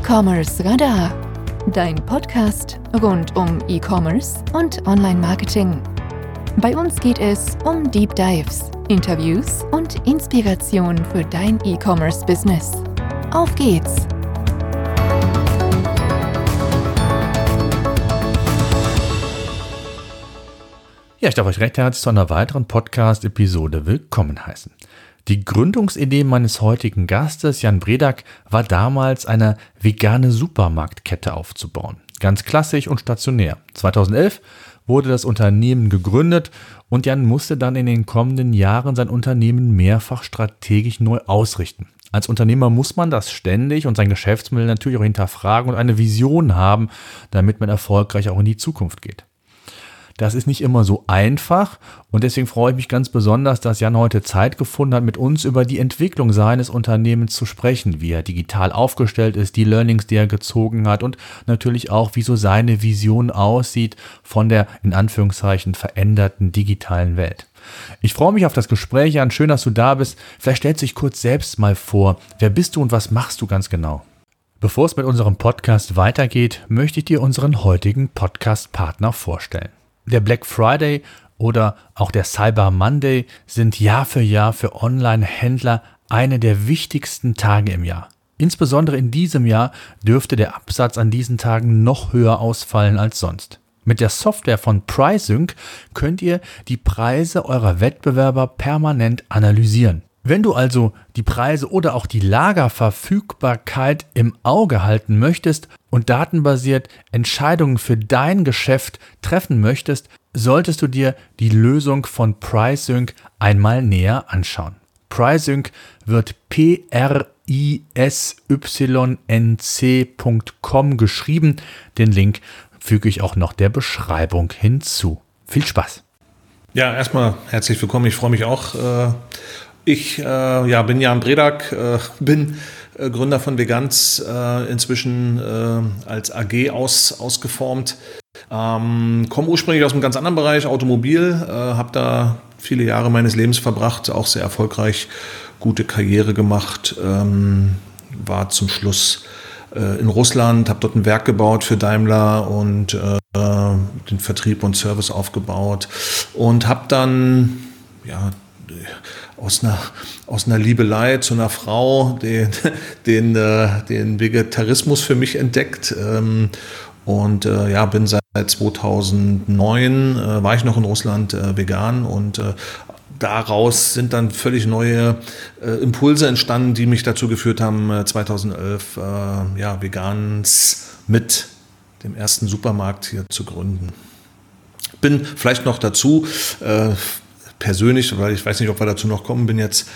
E-Commerce Radar, dein Podcast rund um E-Commerce und Online-Marketing. Bei uns geht es um Deep Dives, Interviews und Inspiration für dein E-Commerce-Business. Auf geht's! Ja, ich darf euch recht herzlich zu einer weiteren Podcast-Episode willkommen heißen. Die Gründungsidee meines heutigen Gastes, Jan Bredak, war damals, eine vegane Supermarktkette aufzubauen. Ganz klassisch und stationär. 2011 wurde das Unternehmen gegründet und Jan musste dann in den kommenden Jahren sein Unternehmen mehrfach strategisch neu ausrichten. Als Unternehmer muss man das ständig und sein Geschäftsmodell natürlich auch hinterfragen und eine Vision haben, damit man erfolgreich auch in die Zukunft geht. Das ist nicht immer so einfach und deswegen freue ich mich ganz besonders, dass Jan heute Zeit gefunden hat, mit uns über die Entwicklung seines Unternehmens zu sprechen, wie er digital aufgestellt ist, die Learnings, die er gezogen hat und natürlich auch, wie so seine Vision aussieht von der in Anführungszeichen veränderten digitalen Welt. Ich freue mich auf das Gespräch, Jan. Schön, dass du da bist. Vielleicht stellst du dich kurz selbst mal vor. Wer bist du und was machst du ganz genau? Bevor es mit unserem Podcast weitergeht, möchte ich dir unseren heutigen Podcast-Partner vorstellen. Der Black Friday oder auch der Cyber Monday sind Jahr für Online-Händler eine der wichtigsten Tage im Jahr. Insbesondere in diesem Jahr dürfte der Absatz an diesen Tagen noch höher ausfallen als sonst. Mit der Software von PriceSync könnt ihr die Preise eurer Wettbewerber permanent analysieren. Wenn du also die Preise oder auch die Lagerverfügbarkeit im Auge halten möchtest und datenbasiert Entscheidungen für dein Geschäft treffen möchtest, solltest du dir die Lösung von PriceSync einmal näher anschauen. PriceSync wird prisync.com geschrieben. Den Link füge ich auch noch der Beschreibung hinzu. Viel Spaß! Ja, erstmal herzlich willkommen. Ich freue mich auch. Ich bin Jan Bredak, bin Gründer von Veganz, inzwischen als AG ausgeformt. Komme ursprünglich aus einem ganz anderen Bereich, Automobil, habe da viele Jahre meines Lebens verbracht, auch sehr erfolgreich, gute Karriere gemacht, war zum Schluss in Russland, habe dort ein Werk gebaut für Daimler und den Vertrieb und Service aufgebaut und habe dann aus einer Liebelei zu einer Frau den Vegetarismus für mich entdeckt und bin seit 2009 war ich noch in Russland vegan und daraus sind dann völlig neue Impulse entstanden, die mich dazu geführt haben, 2011 Veganz mit dem ersten Supermarkt hier zu gründen. Bin vielleicht noch dazu persönlich, weil ich weiß nicht, ob wir dazu noch kommen, bin jetzt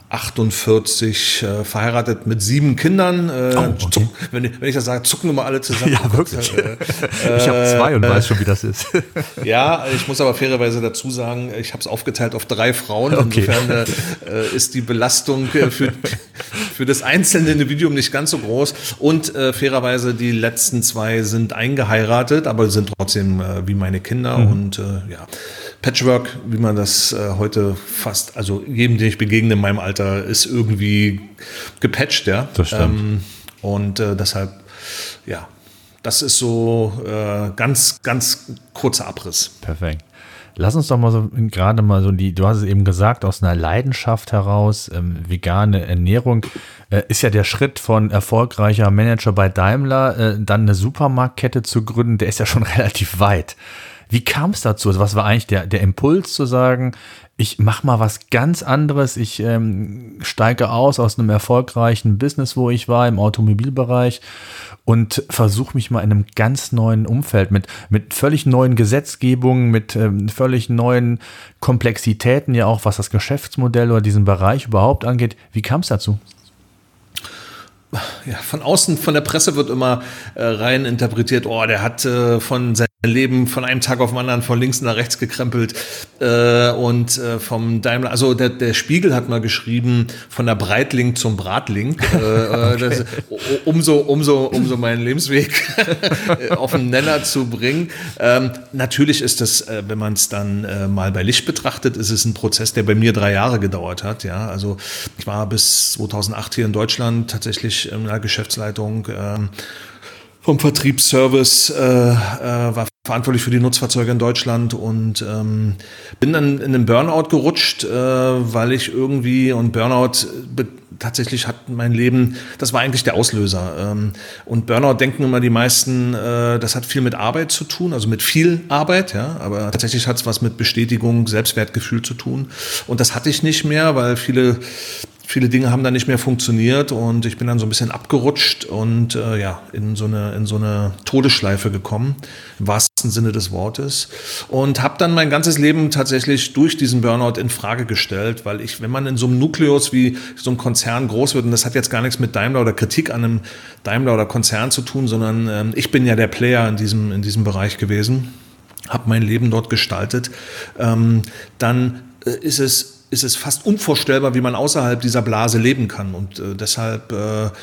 48, verheiratet mit 7 Kindern. Okay. Wenn ich das sage, zucken immer alle zusammen. Ja, wirklich. Ich habe 2 und weiß schon, wie das ist. Ja, ich muss aber fairerweise dazu sagen, ich habe es aufgeteilt auf 3 Frauen. Okay. Insofern ist die Belastung für das einzelne Individuum nicht ganz so groß. Und fairerweise, die letzten 2 sind eingeheiratet, aber sind trotzdem wie meine Kinder. Und Patchwork, wie man das heute fast, also jedem, den ich begegne in meinem Alter, ist irgendwie gepatcht, ja. Das stimmt. Deshalb, das ist so ganz, ganz kurzer Abriss. Perfekt. Lass uns doch mal so du hast es eben gesagt, aus einer Leidenschaft heraus, vegane Ernährung, ist ja der Schritt von erfolgreicher Manager bei Daimler, dann eine Supermarktkette zu gründen, der ist ja schon relativ weit. Wie kam es dazu? Also was war eigentlich der Impuls zu sagen, ich mache mal was ganz anderes, ich steige aus einem erfolgreichen Business, wo ich war, im Automobilbereich und versuche mich mal in einem ganz neuen Umfeld mit völlig neuen Gesetzgebungen, mit völlig neuen Komplexitäten, ja auch was das Geschäftsmodell oder diesen Bereich überhaupt angeht. Wie kam es dazu? Ja, von außen, von der Presse wird immer rein interpretiert, der hat von seinen Leben von einem Tag auf den anderen von links nach rechts gekrempelt vom Daimler, also der Spiegel hat mal geschrieben, von der Breitling zum Bratling, okay. umso meinen Lebensweg auf den Nenner zu bringen. Natürlich ist das, wenn man es dann mal bei Licht betrachtet, ist es ein Prozess, der bei mir 3 Jahre gedauert hat. Ja, also ich war bis 2008 hier in Deutschland tatsächlich in der Geschäftsleitung vom Vertriebsservice, war verantwortlich für die Nutzfahrzeuge in Deutschland und bin dann in einen Burnout gerutscht, weil ich irgendwie, und Burnout tatsächlich hat mein Leben, das war eigentlich der Auslöser. Und Burnout denken immer die meisten, das hat viel mit Arbeit zu tun, also mit viel Arbeit, ja, aber tatsächlich hat es was mit Bestätigung, Selbstwertgefühl zu tun. Und das hatte ich nicht mehr, weil viele Dinge haben dann nicht mehr funktioniert und ich bin dann so ein bisschen abgerutscht und in so eine Todesschleife gekommen, im wahrsten Sinne des Wortes, und habe dann mein ganzes Leben tatsächlich durch diesen Burnout in Frage gestellt, weil wenn man in so einem Nukleus wie so einem Konzern groß wird, und das hat jetzt gar nichts mit Daimler oder Kritik an einem Daimler oder Konzern zu tun, sondern ich bin ja der Player in diesem Bereich gewesen, habe mein Leben dort gestaltet, dann ist es fast unvorstellbar, wie man außerhalb dieser Blase leben kann. Und deshalb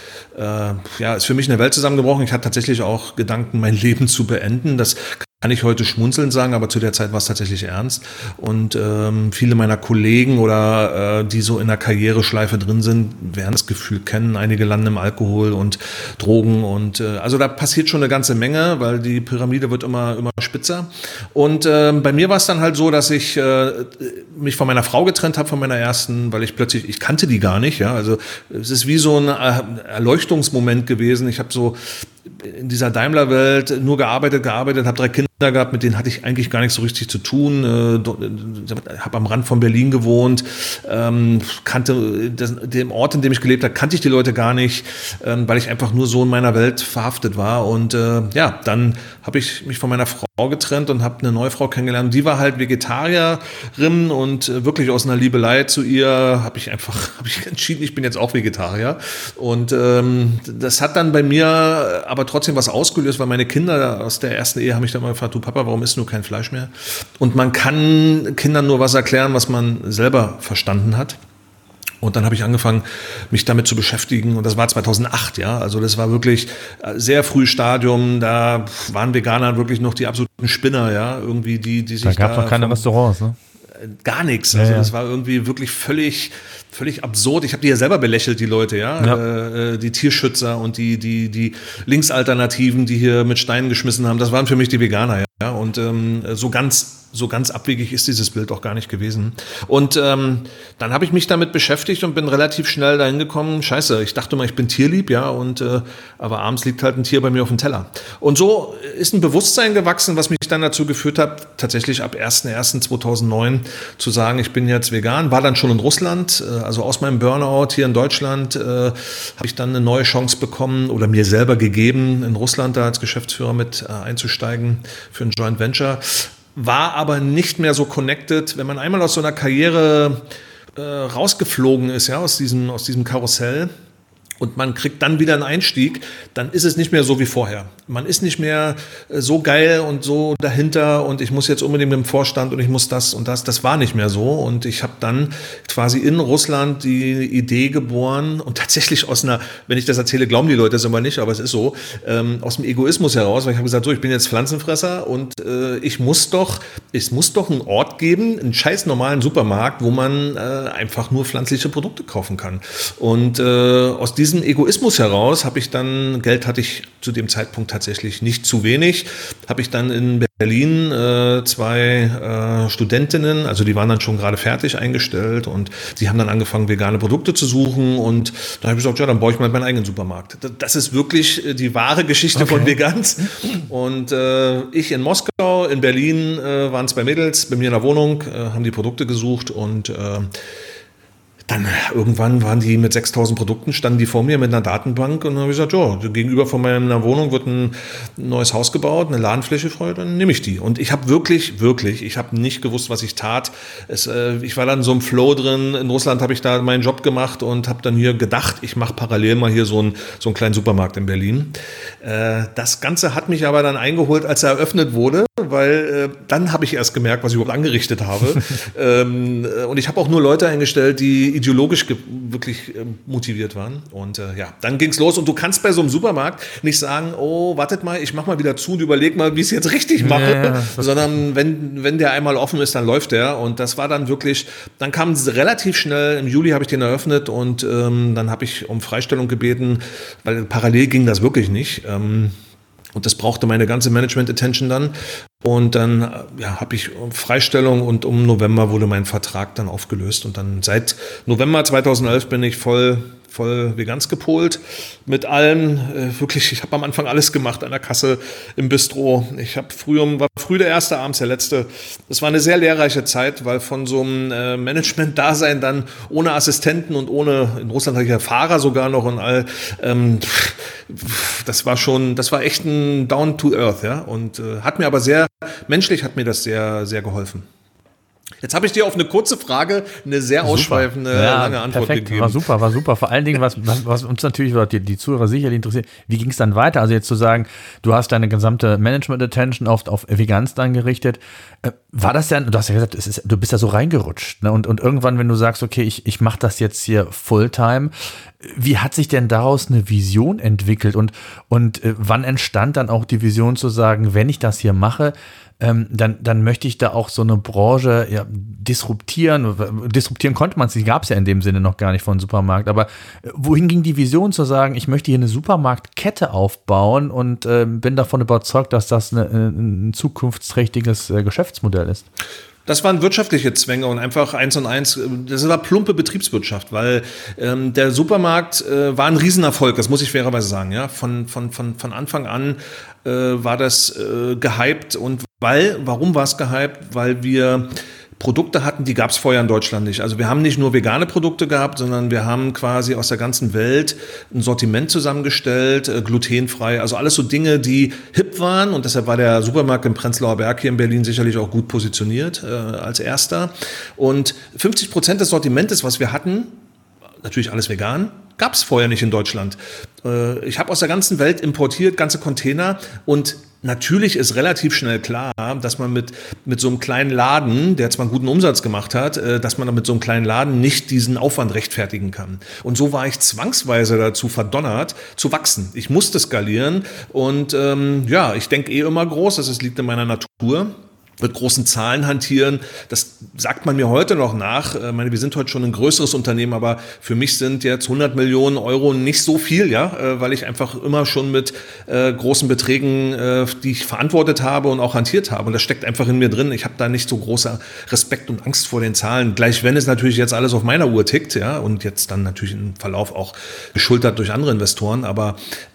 ist für mich eine Welt zusammengebrochen. Ich hatte tatsächlich auch Gedanken, mein Leben zu beenden. Das kann ich heute schmunzeln sagen, aber zu der Zeit war es tatsächlich ernst. Und viele meiner Kollegen oder die so in der Karriereschleife drin sind, werden das Gefühl kennen. Einige landen im Alkohol und Drogen. Und also da passiert schon eine ganze Menge, weil die Pyramide wird immer spitzer. Und bei mir war es dann halt so, dass ich mich von meiner Frau getrennt habe, von meiner ersten, weil ich kannte die gar nicht. Ja, also es ist wie so ein Erleuchtungsmoment gewesen. Ich habe so in dieser Daimler-Welt nur gearbeitet, habe 3 Kinder gehabt, mit denen hatte ich eigentlich gar nichts so richtig zu tun. Habe am Rand von Berlin gewohnt, kannte den Ort, in dem ich gelebt habe, kannte ich die Leute gar nicht, weil ich einfach nur so in meiner Welt verhaftet war. Und dann habe ich mich von meiner Frau getrennt und habe eine neue Frau kennengelernt. Die war halt Vegetarierin und wirklich aus einer Liebelei zu ihr habe ich entschieden, ich bin jetzt auch Vegetarier. Und das hat dann bei mir aber trotzdem was ausgelöst, weil meine Kinder aus der ersten Ehe haben mich dann mal gefragt, du Papa, warum isst du kein Fleisch mehr? Und man kann Kindern nur was erklären, was man selber verstanden hat. Und dann habe ich angefangen, mich damit zu beschäftigen. Und das war 2008, ja. Also das war wirklich sehr frühes Stadium. Da waren Veganer wirklich noch die absoluten Spinner, ja. Irgendwie die sich da gab es noch keine Restaurants, ne? Gar nichts. Also das war irgendwie wirklich völlig absurd. Ich habe die ja selber belächelt, die Leute, ja. Die Tierschützer und die Linksalternativen, die hier mit Steinen geschmissen haben, das waren für mich die Veganer, ja. Und so ganz abwegig ist dieses Bild auch gar nicht gewesen. Und dann habe ich mich damit beschäftigt und bin relativ schnell dahin gekommen, scheiße, ich dachte mal, ich bin tierlieb, ja, aber abends liegt halt ein Tier bei mir auf dem Teller. Und so ist ein Bewusstsein gewachsen, was mich dann dazu geführt hat, tatsächlich ab 01.01.2009 zu sagen, ich bin jetzt vegan, war dann schon in Russland, also aus meinem Burnout hier in Deutschland habe ich dann eine neue Chance bekommen oder mir selber gegeben, in Russland da als Geschäftsführer mit einzusteigen für ein Joint Venture. War aber nicht mehr so connected, wenn man einmal aus so einer Karriere rausgeflogen ist, ja, aus diesem Karussell, und man kriegt dann wieder einen Einstieg, dann ist es nicht mehr so wie vorher. Man ist nicht mehr so geil und so dahinter und ich muss jetzt unbedingt mit dem Vorstand und ich muss das und das. Das war nicht mehr so, und ich habe dann quasi in Russland die Idee geboren und tatsächlich wenn ich das erzähle, glauben die Leute das immer nicht, aber es ist so, aus dem Egoismus heraus, weil ich habe gesagt, so, ich bin jetzt Pflanzenfresser und es muss doch einen Ort geben, einen scheiß normalen Supermarkt, wo man einfach nur pflanzliche Produkte kaufen kann. Und aus diesem Egoismus heraus Geld hatte ich zu dem Zeitpunkt tatsächlich nicht zu wenig, habe ich dann in Berlin 2 Studentinnen, also die waren dann schon gerade fertig eingestellt, und die haben dann angefangen, vegane Produkte zu suchen, und da habe ich gesagt, ja, dann baue ich mal meinen eigenen Supermarkt. Das ist wirklich die wahre Geschichte von Veganz. Und ich in Moskau, in Berlin waren 2 Mädels bei mir in der Wohnung, haben die Produkte gesucht, und dann irgendwann waren die mit 6.000 Produkten, standen die vor mir mit einer Datenbank und dann habe ich gesagt, ja, gegenüber von meiner Wohnung wird ein neues Haus gebaut, eine Ladenfläche frei, dann nehme ich die. Und ich habe wirklich, ich habe nicht gewusst, was ich tat. Ich war dann so im Flow drin. In Russland habe ich da meinen Job gemacht und habe dann hier gedacht, ich mache parallel mal hier so einen kleinen Supermarkt in Berlin. Das Ganze hat mich aber dann eingeholt, als er eröffnet wurde, weil dann habe ich erst gemerkt, was ich überhaupt angerichtet habe. Und ich habe auch nur Leute eingestellt, die ideologisch wirklich motiviert waren. Und dann ging's los. Und du kannst bei so einem Supermarkt nicht sagen, oh, wartet mal, ich mach mal wieder zu und überleg mal, wie ich es jetzt richtig mache. Sondern wenn der einmal offen ist, dann läuft der. Und das war dann wirklich, dann kam es relativ schnell, im Juli habe ich den eröffnet und dann habe ich um Freistellung gebeten, weil parallel ging das wirklich nicht. Und das brauchte meine ganze Management-Attention dann. Und dann habe ich Freistellung und um November wurde mein Vertrag dann aufgelöst. Und dann seit November 2011 bin ich voll Veganz gepolt mit allem. Wirklich, ich habe am Anfang alles gemacht an der Kasse, im Bistro. War früh der Erste, abends der Letzte. Es war eine sehr lehrreiche Zeit, weil von so einem Management-Dasein dann ohne Assistenten und in Russland hatte ich ja Fahrer sogar noch und all, das war echt ein Down to Earth, ja. Und hat mir aber menschlich hat mir das sehr, sehr geholfen. Jetzt habe ich dir auf eine kurze Frage eine sehr ausschweifende, lange Antwort gegeben. War super. Vor allen Dingen, was uns natürlich, die Zuhörer sicherlich interessiert, wie ging es dann weiter? Also jetzt zu sagen, du hast deine gesamte Management-Attention auf Veganz dann gerichtet. War das denn, du hast ja gesagt, du bist da so reingerutscht, ne? Und irgendwann, wenn du sagst, okay, ich mache das jetzt hier Fulltime, wie hat sich denn daraus eine Vision entwickelt? Und wann entstand dann auch die Vision zu sagen, wenn ich das hier mache, dann möchte ich da auch so eine Branche disruptieren. Disruptieren konnte man es, die gab es ja in dem Sinne noch gar nicht von Supermarkt. Aber wohin ging die Vision zu sagen, ich möchte hier eine Supermarktkette aufbauen und bin davon überzeugt, dass das ein zukunftsträchtiges Geschäftsmodell ist? Das waren wirtschaftliche Zwänge und einfach 1 und 1, das war plumpe Betriebswirtschaft, weil der Supermarkt war ein Riesenerfolg, das muss ich fairerweise sagen. Ja? Von Anfang an war das gehypt und warum war es gehypt? Weil wir Produkte hatten, die gab es vorher in Deutschland nicht. Also wir haben nicht nur vegane Produkte gehabt, sondern wir haben quasi aus der ganzen Welt ein Sortiment zusammengestellt, glutenfrei, also alles so Dinge, die hip waren und deshalb war der Supermarkt im Prenzlauer Berg hier in Berlin sicherlich auch gut positioniert als erster. Und 50% des Sortimentes, was wir hatten, natürlich alles vegan, gab es vorher nicht in Deutschland. Ich habe aus der ganzen Welt importiert, ganze Container und natürlich ist relativ schnell klar, dass man mit so einem kleinen Laden, der zwar einen guten Umsatz gemacht hat, dass man mit so einem kleinen Laden nicht diesen Aufwand rechtfertigen kann. Und so war ich zwangsweise dazu verdonnert, zu wachsen. Ich musste skalieren und ich denke immer groß, das liegt in meiner Natur. Mit großen Zahlen hantieren, das sagt man mir heute noch nach. Ich meine, wir sind heute schon ein größeres Unternehmen, aber für mich sind jetzt 100 Millionen Euro nicht so viel, weil ich einfach immer schon mit großen Beträgen, die ich verantwortet habe und auch hantiert habe. Und das steckt einfach in mir drin. Ich habe da nicht so großer Respekt und Angst vor den Zahlen. Gleich wenn es natürlich jetzt alles auf meiner Uhr tickt, und jetzt dann natürlich im Verlauf auch geschultert durch andere Investoren. Aber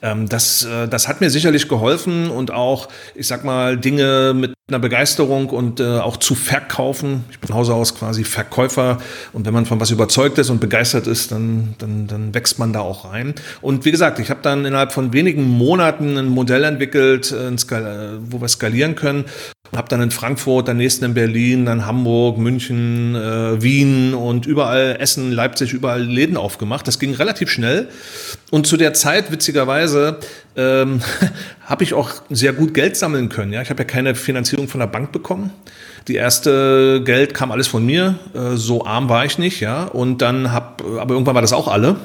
das hat mir sicherlich geholfen und auch, ich sag mal, Dinge mit einer Begeisterung und auch zu verkaufen. Ich bin von Hause aus quasi Verkäufer und wenn man von was überzeugt ist und begeistert ist, dann wächst man da auch rein. Und wie gesagt, ich habe dann innerhalb von wenigen Monaten ein Modell entwickelt, wo wir skalieren können. Habe dann in Frankfurt, dann nächsten in Berlin, dann Hamburg, München, Wien und überall Essen, Leipzig, überall Läden aufgemacht. Das ging relativ schnell. Und zu der Zeit, witzigerweise, habe ich auch sehr gut Geld sammeln können. Ja? Ich habe ja keine Finanzierung von der Bank bekommen. Die erste Geld kam alles von mir. So arm war ich nicht. Ja? Und dann aber irgendwann war das auch alle.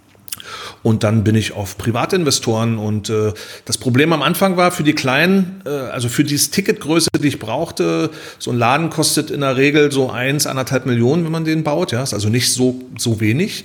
Und dann bin ich auf Privatinvestoren und das Problem am Anfang war für die Kleinen, also für diese Ticketgröße, die ich brauchte, so ein Laden kostet in der Regel so 1,5 Millionen, wenn man den baut, ist also nicht so wenig,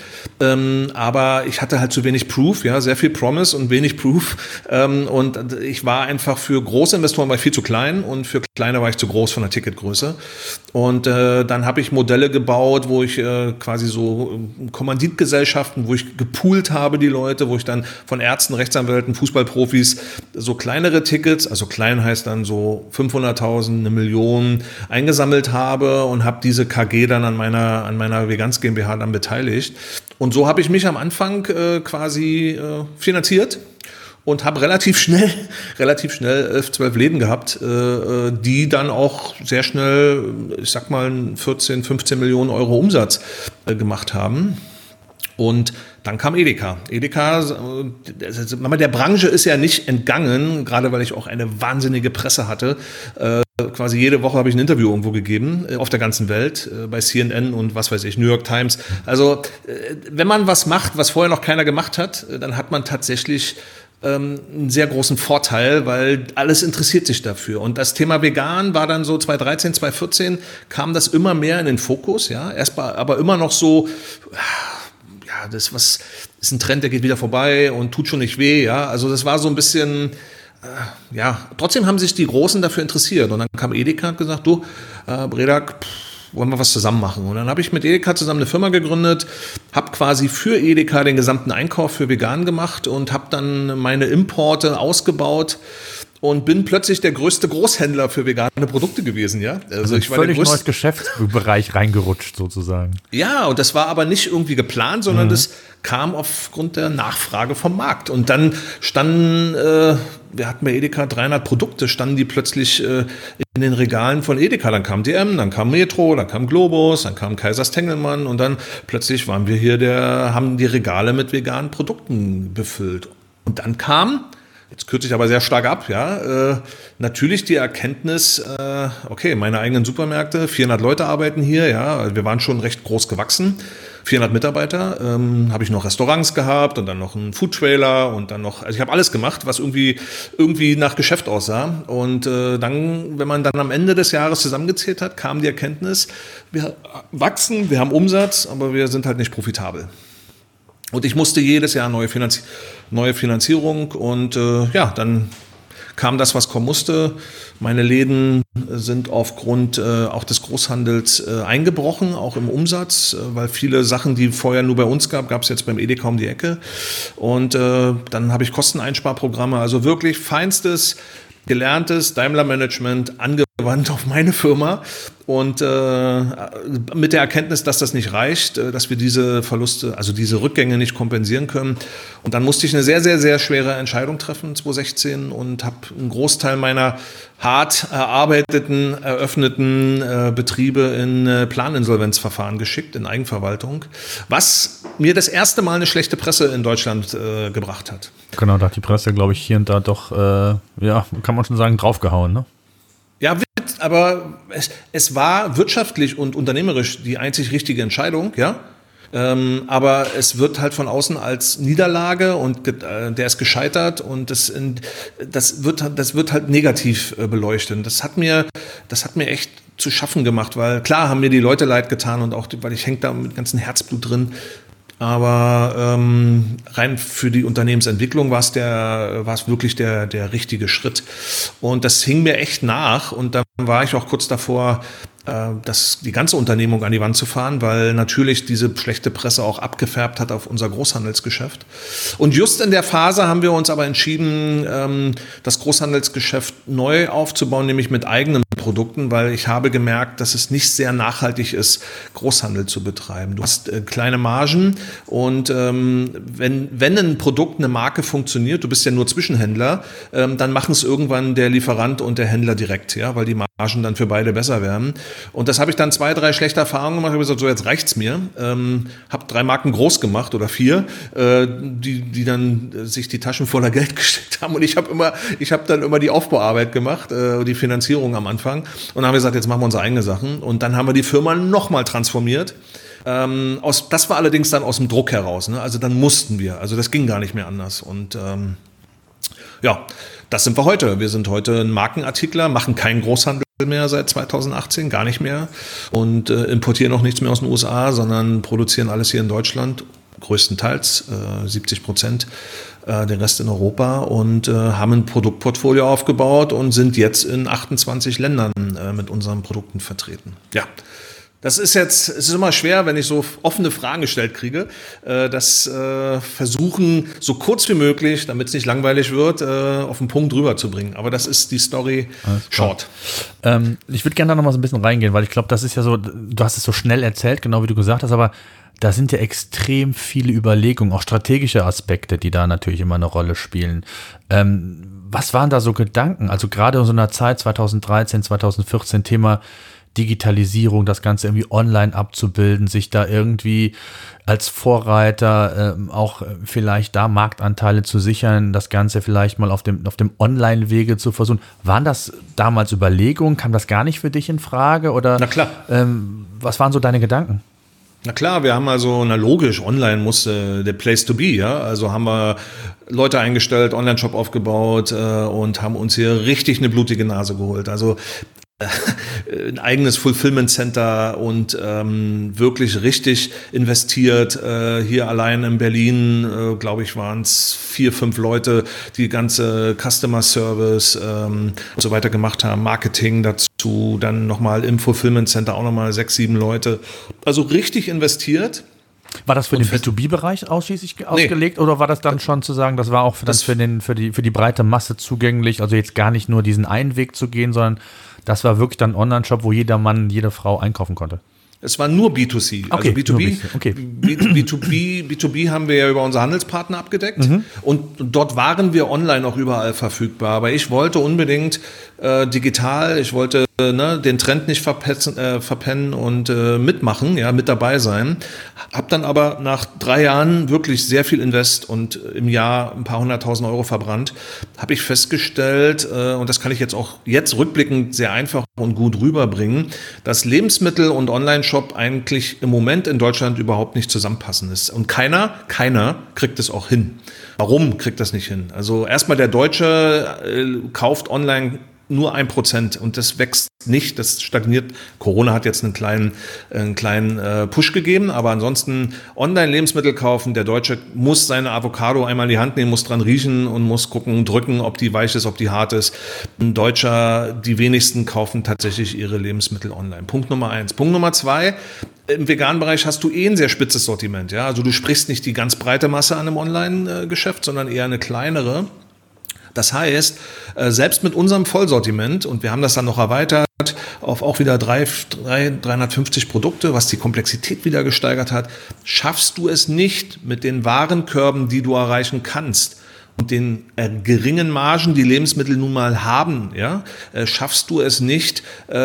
aber ich hatte halt zu wenig Proof, sehr viel Promise und wenig Proof und ich war einfach für große Investoren war ich viel zu klein und für kleine war ich zu groß von der Ticketgröße und dann habe ich Modelle gebaut, wo ich quasi so Kommanditgesellschaften, wo ich gepoolt habe, die Leute, wo ich dann von Ärzten, Rechtsanwälten, Fußballprofis so kleinere Tickets, also klein heißt dann so 500.000, 1 Million eingesammelt habe und habe diese KG dann an meiner Veganz GmbH dann beteiligt. Und so habe ich mich am Anfang quasi finanziert. Und habe relativ schnell 11, 12 Läden gehabt, die dann auch sehr schnell, ich sag mal, 14, 15 Millionen Euro Umsatz gemacht haben. Und dann kam Edeka. Edeka, der Branche ist ja nicht entgangen, gerade weil ich auch eine wahnsinnige Presse hatte. Quasi jede Woche habe ich ein Interview irgendwo gegeben, auf der ganzen Welt, bei CNN und was weiß ich, New York Times. Also wenn man was macht, was vorher noch keiner gemacht hat, dann hat man tatsächlich einen sehr großen Vorteil, weil alles interessiert sich dafür. Und das Thema Vegan war dann so 2013, 2014 kam das immer mehr in den Fokus, ja. Erstmal aber immer noch so, ja, das ist ein Trend, der geht wieder vorbei und tut schon nicht weh, ja. Also das war so ein bisschen, trotzdem haben sich die Großen dafür interessiert. Und dann kam Edeka und gesagt, du, Bredak, wollen wir was zusammen machen? Und dann habe ich mit Edeka zusammen eine Firma gegründet, habe quasi für Edeka den gesamten Einkauf für vegan gemacht und habe dann meine Importe ausgebaut und bin plötzlich der größte Großhändler für vegane Produkte gewesen, ja. Also ich war völlig neues Geschäftsbereich reingerutscht sozusagen. Ja, und das war aber nicht irgendwie geplant, sondern das kam aufgrund der Nachfrage vom Markt. Und dann standen, wir hatten bei Edeka 300 Produkte, standen die plötzlich in den Regalen von Edeka. Dann kam DM, dann kam Metro, dann kam Globus, dann kam Kaisers Tengelmann und dann plötzlich waren wir hier, haben die Regale mit veganen Produkten befüllt. Und dann kam, jetzt kürze ich aber sehr stark ab, ja, natürlich die Erkenntnis, okay, meine eigenen Supermärkte, 400 Leute arbeiten hier, ja, wir waren schon recht groß gewachsen, 400 Mitarbeiter, habe ich noch Restaurants gehabt und dann noch einen Foodtrailer und dann noch, also ich habe alles gemacht, was irgendwie nach Geschäft aussah. Und dann, wenn man dann am Ende des Jahres zusammengezählt hat, kam die Erkenntnis, wir wachsen, wir haben Umsatz, aber wir sind halt nicht profitabel. Und ich musste jedes Jahr neue Finanzierung und dann kam das, was kommen musste. Meine Läden sind aufgrund auch des Großhandels eingebrochen, auch im Umsatz, weil viele Sachen, die vorher nur bei uns gab es jetzt beim Edeka um die Ecke. Und dann habe ich Kosteneinsparprogramme, also wirklich feinstes, gelerntes Daimler-Management angewandt auf meine Firma und mit der Erkenntnis, dass das nicht reicht, dass wir diese Verluste, also diese Rückgänge nicht kompensieren können. Und dann musste ich eine sehr, sehr, sehr schwere Entscheidung treffen, 2016, und habe einen Großteil meiner hart eröffneten Betriebe in Planinsolvenzverfahren geschickt, in Eigenverwaltung, was mir das erste Mal eine schlechte Presse in Deutschland gebracht hat. Genau, da hat die Presse, glaube ich, hier und da doch, kann man schon sagen, draufgehauen, ne? Ja, aber es war wirtschaftlich und unternehmerisch die einzig richtige Entscheidung, ja. Aber es wird halt von außen als Niederlage und der ist gescheitert und das wird halt negativ beleuchtet. Das hat mir echt zu schaffen gemacht, weil klar haben mir die Leute leid getan und auch, weil ich hänge da mit ganzem Herzblut drin. Aber rein für die Unternehmensentwicklung war es wirklich der richtige Schritt. Und das hing mir echt nach. Und dann war ich auch kurz davor, die ganze Unternehmung an die Wand zu fahren, weil natürlich diese schlechte Presse auch abgefärbt hat auf unser Großhandelsgeschäft. Und just in der Phase haben wir uns aber entschieden, das Großhandelsgeschäft neu aufzubauen, nämlich mit eigenen Produkten, weil ich habe gemerkt, dass es nicht sehr nachhaltig ist, Großhandel zu betreiben. Du hast kleine Margen und wenn ein Produkt, eine Marke funktioniert, du bist ja nur Zwischenhändler, dann machen es irgendwann der Lieferant und der Händler direkt, ja, weil die Margen dann für beide besser werden. Und das habe ich dann 2, 3 schlechte Erfahrungen gemacht. Ich habe gesagt, so jetzt reicht's mir. Habe 3 Marken groß gemacht oder 4, die dann sich die Taschen voller Geld gesteckt haben. Und ich habe dann immer die Aufbauarbeit gemacht, die Finanzierung am Anfang. Und dann haben wir gesagt, jetzt machen wir unsere eigenen Sachen. Und dann haben wir die Firma nochmal transformiert. Das war allerdings dann aus dem Druck heraus. Ne? Also dann mussten wir. Also das ging gar nicht mehr anders. Und das sind wir heute. Wir sind heute ein Markenartikler, machen keinen Großhandel mehr seit 2018, gar nicht mehr, und importieren auch nichts mehr aus den USA, sondern produzieren alles hier in Deutschland, größtenteils 70%, den Rest in Europa, und haben ein Produktportfolio aufgebaut und sind jetzt in 28 Ländern mit unseren Produkten vertreten. Ja, Es ist immer schwer, wenn ich so offene Fragen gestellt kriege, das versuchen, so kurz wie möglich, damit es nicht langweilig wird, auf den Punkt rüberzubringen. Aber das ist die Story short. Ich würde gerne da noch mal so ein bisschen reingehen, weil ich glaube, das ist ja so, du hast es so schnell erzählt, genau wie du gesagt hast, aber da sind ja extrem viele Überlegungen, auch strategische Aspekte, die da natürlich immer eine Rolle spielen. Was waren da so Gedanken? Also gerade in so einer Zeit 2013, 2014, Thema Digitalisierung, das Ganze irgendwie online abzubilden, sich da irgendwie als Vorreiter auch vielleicht da Marktanteile zu sichern, das Ganze vielleicht mal auf dem Online-Wege zu versuchen. Waren das damals Überlegungen? Kam das gar nicht für dich in Frage? Oder, na klar. Was waren so deine Gedanken? Na klar, wir haben also, logisch, online musste der Place to be, ja. Also haben wir Leute eingestellt, Online-Shop aufgebaut und haben uns hier richtig eine blutige Nase geholt. Also ein eigenes Fulfillment Center und wirklich richtig investiert. Hier allein in Berlin, glaube ich, waren es 4, 5 Leute, die ganze Customer Service und so weiter gemacht haben, Marketing dazu, dann nochmal im Fulfillment Center auch nochmal 6, 7 Leute. Also richtig investiert. War das für den B2B-Bereich ausschließlich ausgelegt oder war das dann schon zu sagen, das war auch für die breite Masse zugänglich, also jetzt gar nicht nur diesen einen Weg zu gehen, sondern das war wirklich dann ein Online-Shop, wo jeder Mann, jede Frau einkaufen konnte? Es war nur B2C. Okay, also B2B. Okay. B2B haben wir ja über unsere Handelspartner abgedeckt. Und dort waren wir online auch überall verfügbar. Aber ich wollte unbedingt digital, ich wollte den Trend nicht verpennen und mitmachen, ja, mit dabei sein. Hab dann aber nach 3 Jahren wirklich sehr viel Invest und im Jahr ein paar 100.000 Euro verbrannt, habe ich festgestellt, und das kann ich jetzt rückblickend sehr einfach und gut rüberbringen, dass Lebensmittel und Online-Shop eigentlich im Moment in Deutschland überhaupt nicht zusammenpassen ist. Und keiner kriegt es auch hin. Warum kriegt das nicht hin? Also erstmal der Deutsche kauft online nur 1% und das wächst nicht, das stagniert. Corona hat jetzt einen kleinen Push gegeben, aber ansonsten Online-Lebensmittel kaufen. Der Deutsche muss seine Avocado einmal in die Hand nehmen, muss dran riechen und muss gucken, drücken, ob die weich ist, ob die hart ist. Ein Deutscher, die wenigsten kaufen tatsächlich ihre Lebensmittel online. Punkt Nummer 1. Punkt Nummer 2, im veganen Bereich hast du ein sehr spitzes Sortiment. Ja? Also du sprichst nicht die ganz breite Masse an einem Online-Geschäft, sondern eher eine kleinere. Das heißt, selbst mit unserem Vollsortiment, und wir haben das dann noch erweitert auf auch wieder 350 Produkte, was die Komplexität wieder gesteigert hat, schaffst du es nicht mit den Warenkörben, die du erreichen kannst, und den geringen Margen, die Lebensmittel nun mal haben, ja, schaffst du es nicht,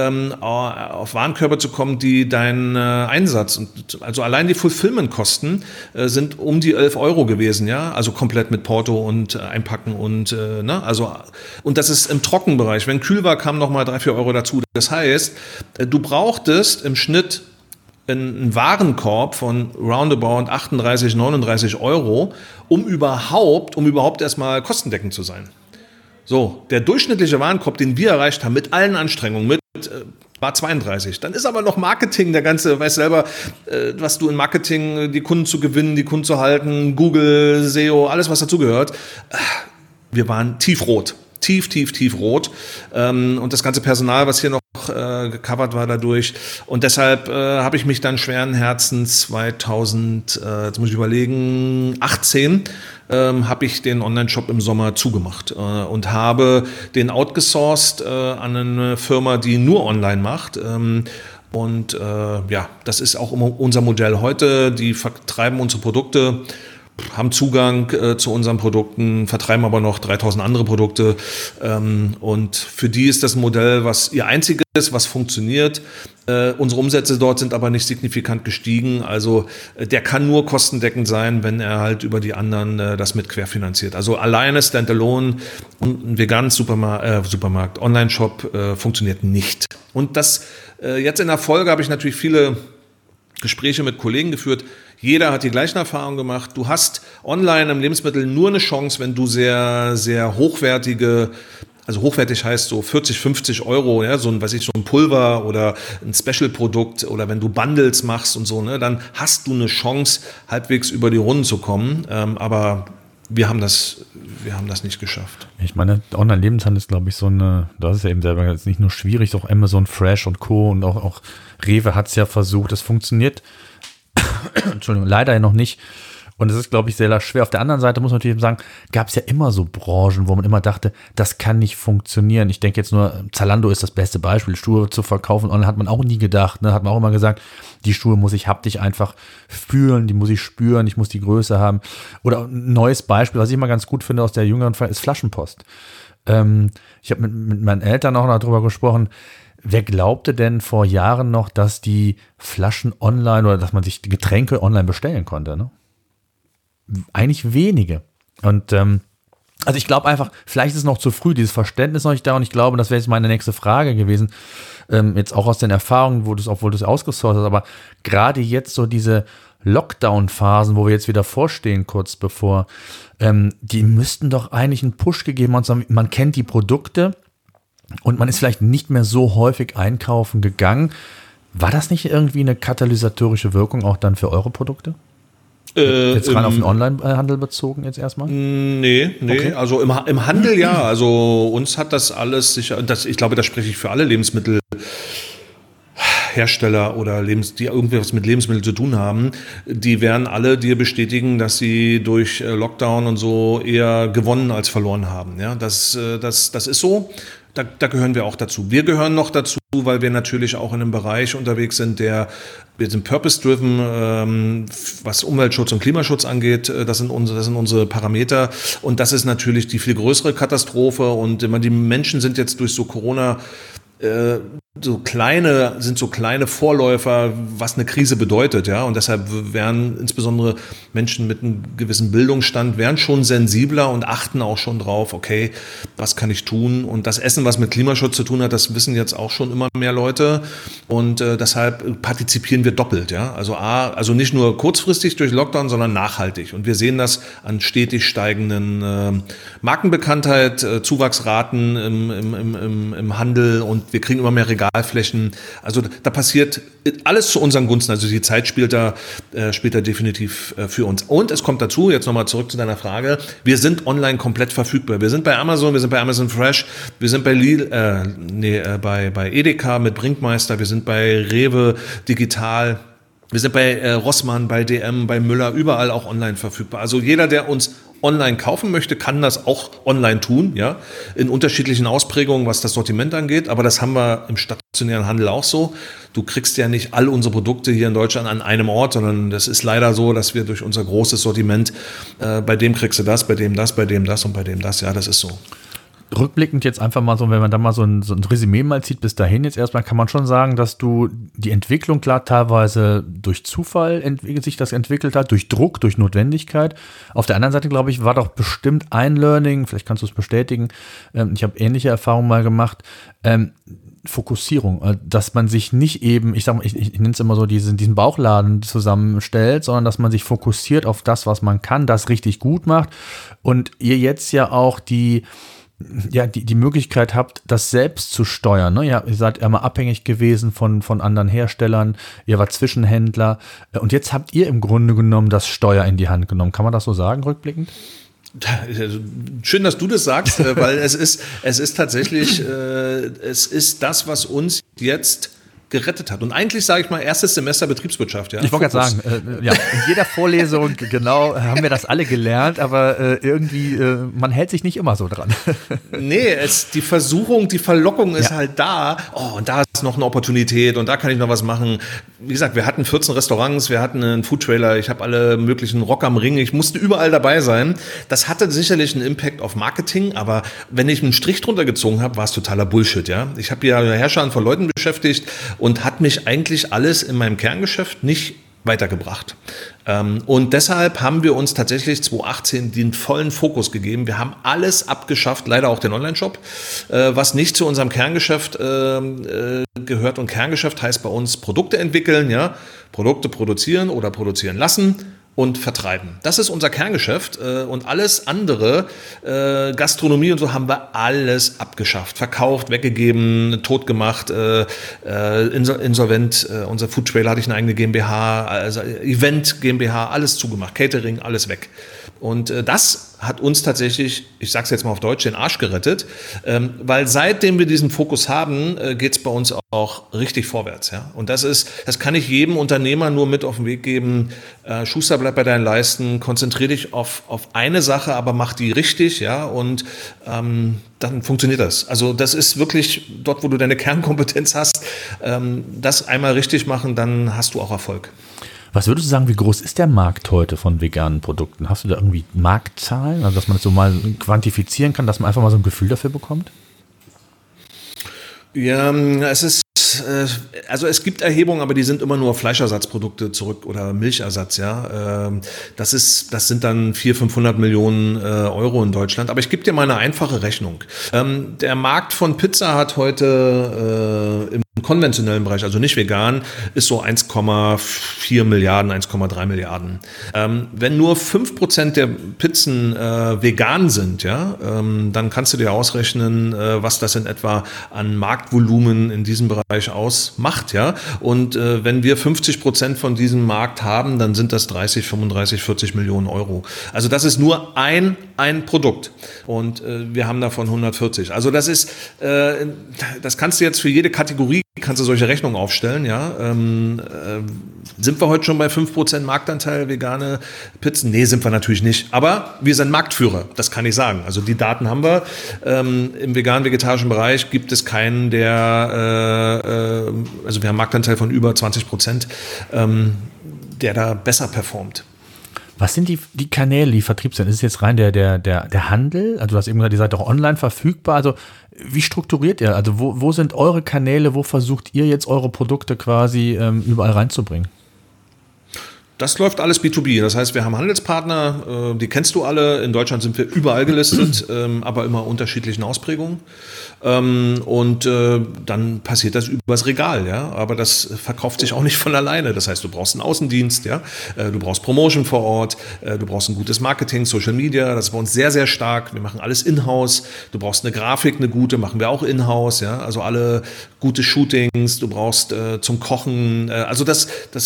auf Warenkörbe zu kommen, die deinen Einsatz, also allein die Fulfillment-Kosten sind um die 11 Euro gewesen, ja, also komplett mit Porto und Einpacken und, und das ist im Trockenbereich. Wenn kühl war, kamen nochmal 3, 4 Euro dazu. Das heißt, du brauchtest im Schnitt einen Warenkorb von roundabout 38, 39 Euro, um überhaupt erstmal kostendeckend zu sein. So, der durchschnittliche Warenkorb, den wir erreicht haben, mit allen Anstrengungen, war 32. Dann ist aber noch Marketing, der ganze, weiß selber, was du in Marketing, die Kunden zu gewinnen, die Kunden zu halten, Google, SEO, alles was dazugehört. Wir waren tiefrot. Tiefrot. Und das ganze Personal, was hier noch gecovert war dadurch. Und deshalb habe ich mich dann schweren Herzens 2018 habe ich den Online-Shop im Sommer zugemacht und habe den outgesourced an eine Firma, die nur online macht. Und das ist auch unser Modell heute. Die vertreiben unsere Produkte, haben Zugang zu unseren Produkten, vertreiben aber noch 3000 andere Produkte. Und für die ist das ein Modell, was ihr einziges, was funktioniert. Unsere Umsätze dort sind aber nicht signifikant gestiegen. Also der kann nur kostendeckend sein, wenn er halt über die anderen das mit querfinanziert. Also alleine Standalone und ein veganes Supermarkt, Online-Shop funktioniert nicht. Und das jetzt in der Folge habe ich natürlich viele Gespräche mit Kollegen geführt. Jeder hat die gleichen Erfahrungen gemacht. Du hast online im Lebensmittel nur eine Chance, wenn du sehr, sehr hochwertige, also hochwertig heißt so 40, 50 Euro, ja, so ein Pulver oder ein Special-Produkt oder wenn du Bundles machst und so, ne, dann hast du eine Chance, halbwegs über die Runden zu kommen. Aber wir haben das nicht geschafft. Ich meine, Online-Lebenshandel ist, glaube ich, das ist ja eben selber jetzt nicht nur schwierig, auch Amazon Fresh und Co. und auch Rewe hat es ja versucht, das funktioniert, Entschuldigung, leider noch nicht. Und es ist, glaube ich, sehr schwer. Auf der anderen Seite muss man natürlich sagen, gab es ja immer so Branchen, wo man immer dachte, das kann nicht funktionieren. Ich denke jetzt nur, Zalando ist das beste Beispiel. Schuhe zu verkaufen online hat man auch nie gedacht. Ne? Hat man auch immer gesagt, die Schuhe muss ich haptisch einfach fühlen, die muss ich spüren, ich muss die Größe haben. Oder ein neues Beispiel, was ich immer ganz gut finde aus der jüngeren Zeit, ist Flaschenpost. Ich habe mit meinen Eltern auch noch darüber gesprochen. Wer glaubte denn vor Jahren noch, dass die Flaschen online oder dass man sich Getränke online bestellen konnte, ne? Eigentlich wenige. Und also ich glaube einfach, vielleicht ist es noch zu früh, dieses Verständnis noch nicht da und ich glaube, das wäre jetzt meine nächste Frage gewesen, jetzt auch aus den Erfahrungen, obwohl du es ausgesourcet hast, aber gerade jetzt so diese Lockdown-Phasen, wo wir jetzt wieder vorstehen, kurz bevor, die müssten doch eigentlich einen Push gegeben haben. Man kennt die Produkte und man ist vielleicht nicht mehr so häufig einkaufen gegangen. War das nicht irgendwie eine katalysatorische Wirkung auch dann für eure Produkte? Jetzt rein auf den Onlinehandel bezogen jetzt erstmal? Nee, okay. Also im Handel ja. Also uns hat das alles sicher, ich glaube, da spreche ich für alle Lebensmittelhersteller oder die irgendwas mit Lebensmitteln zu tun haben, die werden alle dir bestätigen, dass sie durch Lockdown und so eher gewonnen als verloren haben. Ja, das ist so. Da gehören wir auch dazu. Wir gehören noch dazu, weil wir natürlich auch in einem Bereich unterwegs sind, wir sind purpose-driven, was Umweltschutz und Klimaschutz angeht. Das sind unsere Parameter. Und das ist natürlich die viel größere Katastrophe. Und die Menschen sind jetzt durch so Corona so kleine Vorläufer, was eine Krise bedeutet, ja, und deshalb werden insbesondere Menschen mit einem gewissen Bildungsstand werden schon sensibler und achten auch schon drauf, okay, was kann ich tun? Und das Essen, was mit Klimaschutz zu tun hat, das wissen jetzt auch schon immer mehr Leute und deshalb partizipieren wir doppelt, ja, also nicht nur kurzfristig durch Lockdown, sondern nachhaltig und wir sehen das an stetig steigenden Markenbekanntheit, Zuwachsraten im Handel und wir kriegen immer mehr Regalflächen. Also da passiert alles zu unseren Gunsten. Also die Zeit spielt da definitiv für uns. Und es kommt dazu, jetzt nochmal zurück zu deiner Frage, wir sind online komplett verfügbar. Wir sind bei Amazon, wir sind bei Amazon Fresh, wir sind bei bei Edeka mit Brinkmeister, wir sind bei Rewe digital. Wir sind bei Rossmann, bei DM, bei Müller, überall auch online verfügbar. Also jeder, der uns online kaufen möchte, kann das auch online tun, ja, in unterschiedlichen Ausprägungen, was das Sortiment angeht. Aber das haben wir im stationären Handel auch so. Du kriegst ja nicht all unsere Produkte hier in Deutschland an einem Ort, sondern das ist leider so, dass wir durch unser großes Sortiment, bei dem kriegst du das, bei dem das, bei dem das und bei dem das. Ja, das ist so. Rückblickend jetzt einfach mal so, wenn man da mal so ein Resümee mal zieht, bis dahin jetzt erstmal, kann man schon sagen, dass du die Entwicklung klar teilweise durch Zufall sich das entwickelt hat, durch Druck, durch Notwendigkeit. Auf der anderen Seite, glaube ich, war doch bestimmt ein Learning, vielleicht kannst du es bestätigen, ich habe ähnliche Erfahrungen mal gemacht, Fokussierung, dass man sich nicht eben, ich nenne es immer so, diesen Bauchladen zusammenstellt, sondern dass man sich fokussiert auf das, was man kann, das richtig gut macht und ihr jetzt ja auch die Möglichkeit habt, das selbst zu steuern. Ne? Ihr seid immer abhängig gewesen von anderen Herstellern, ihr wart Zwischenhändler und jetzt habt ihr im Grunde genommen das Steuer in die Hand genommen. Kann man das so sagen, rückblickend? Schön, dass du das sagst, weil es ist tatsächlich, es ist das, was uns jetzt gerettet hat. Und eigentlich sage ich mal, erstes Semester Betriebswirtschaft. Ja? Ich wollte gerade sagen, in jeder Vorlesung, genau, haben wir das alle gelernt, aber irgendwie, man hält sich nicht immer so dran. Nee, die Verlockung ist halt da. Oh, und da ist noch eine Opportunität und da kann ich noch was machen. Wie gesagt, wir hatten 14 Restaurants, wir hatten einen Foodtrailer, ich habe alle möglichen Rock am Ring, ich musste überall dabei sein. Das hatte sicherlich einen Impact auf Marketing, aber wenn ich einen Strich drunter gezogen habe, war es totaler Bullshit. Ja? Ich habe ja Herrscher von Leuten beschäftigt und hat mich eigentlich alles in meinem Kerngeschäft nicht weitergebracht. Und deshalb haben wir uns tatsächlich 2018 den vollen Fokus gegeben. Wir haben alles abgeschafft, leider auch den Online-Shop, was nicht zu unserem Kerngeschäft gehört. Und Kerngeschäft heißt bei uns Produkte entwickeln, ja, Produkte produzieren oder produzieren lassen und vertreiben. Das ist unser Kerngeschäft und alles andere, Gastronomie und so, haben wir alles abgeschafft, verkauft, weggegeben, totgemacht, insolvent. Unser Food Trailer hatte ich eine eigene GmbH, also Event GmbH, alles zugemacht, Catering, alles weg. Und das hat uns tatsächlich, ich sage es jetzt mal auf Deutsch, den Arsch gerettet, weil seitdem wir diesen Fokus haben, geht es bei uns auch richtig vorwärts. Ja? Und das kann ich jedem Unternehmer nur mit auf den Weg geben. Schuster, bleib bei deinen Leisten, konzentriere dich auf eine Sache, aber mach die richtig, ja, und dann funktioniert das. Also das ist wirklich dort, wo du deine Kernkompetenz hast, das einmal richtig machen, dann hast du auch Erfolg. Was würdest du sagen, wie groß ist der Markt heute von veganen Produkten? Hast du da irgendwie Marktzahlen, also dass man das so mal quantifizieren kann, dass man einfach mal so ein Gefühl dafür bekommt? Ja, es gibt Erhebungen, aber die sind immer nur auf Fleischersatzprodukte zurück oder Milchersatz, ja. Das sind dann 400-500 Millionen Euro in Deutschland. Aber ich gebe dir mal eine einfache Rechnung. Der Markt von Pizza hat heute im konventionellen Bereich, also nicht vegan, ist so 1,4 Milliarden, 1,3 Milliarden. Wenn nur 5% der Pizzen vegan sind, ja, dann kannst du dir ausrechnen, was das in etwa an Marktvolumen in diesem Bereich ausmacht, ja. Und wenn wir 50% von diesem Markt haben, dann sind das 30, 35, 40 Millionen Euro. Also das ist nur ein Produkt. Und wir haben davon 140. Also das kannst du jetzt für jede Kategorie kannst du solche Rechnungen aufstellen, ja. Sind wir heute schon bei 5% Marktanteil vegane Pizzen? Nee, sind wir natürlich nicht. Aber wir sind Marktführer, das kann ich sagen. Also die Daten haben wir. Im vegan-vegetarischen Bereich gibt es keinen, also wir haben einen Marktanteil von über 20%, der da besser performt. Was sind die Kanäle, die Vertrieb sind? Ist es jetzt rein der Handel? Also du hast eben gesagt, ihr seid auch online verfügbar. Also wie strukturiert ihr? Also wo sind eure Kanäle? Wo versucht ihr jetzt eure Produkte quasi überall reinzubringen? Das läuft alles B2B. Das heißt, wir haben Handelspartner, die kennst du alle. In Deutschland sind wir überall gelistet, aber immer unterschiedlichen Ausprägungen. Und dann passiert das übers Regal, ja. Aber das verkauft sich auch nicht von alleine. Das heißt, du brauchst einen Außendienst, ja. Du brauchst Promotion vor Ort. Du brauchst ein gutes Marketing, Social Media. Das ist bei uns sehr, sehr stark. Wir machen alles in-house. Du brauchst eine Grafik, eine gute, machen wir auch in-house, ja. Also alle gute Shootings. Du brauchst zum Kochen. Also das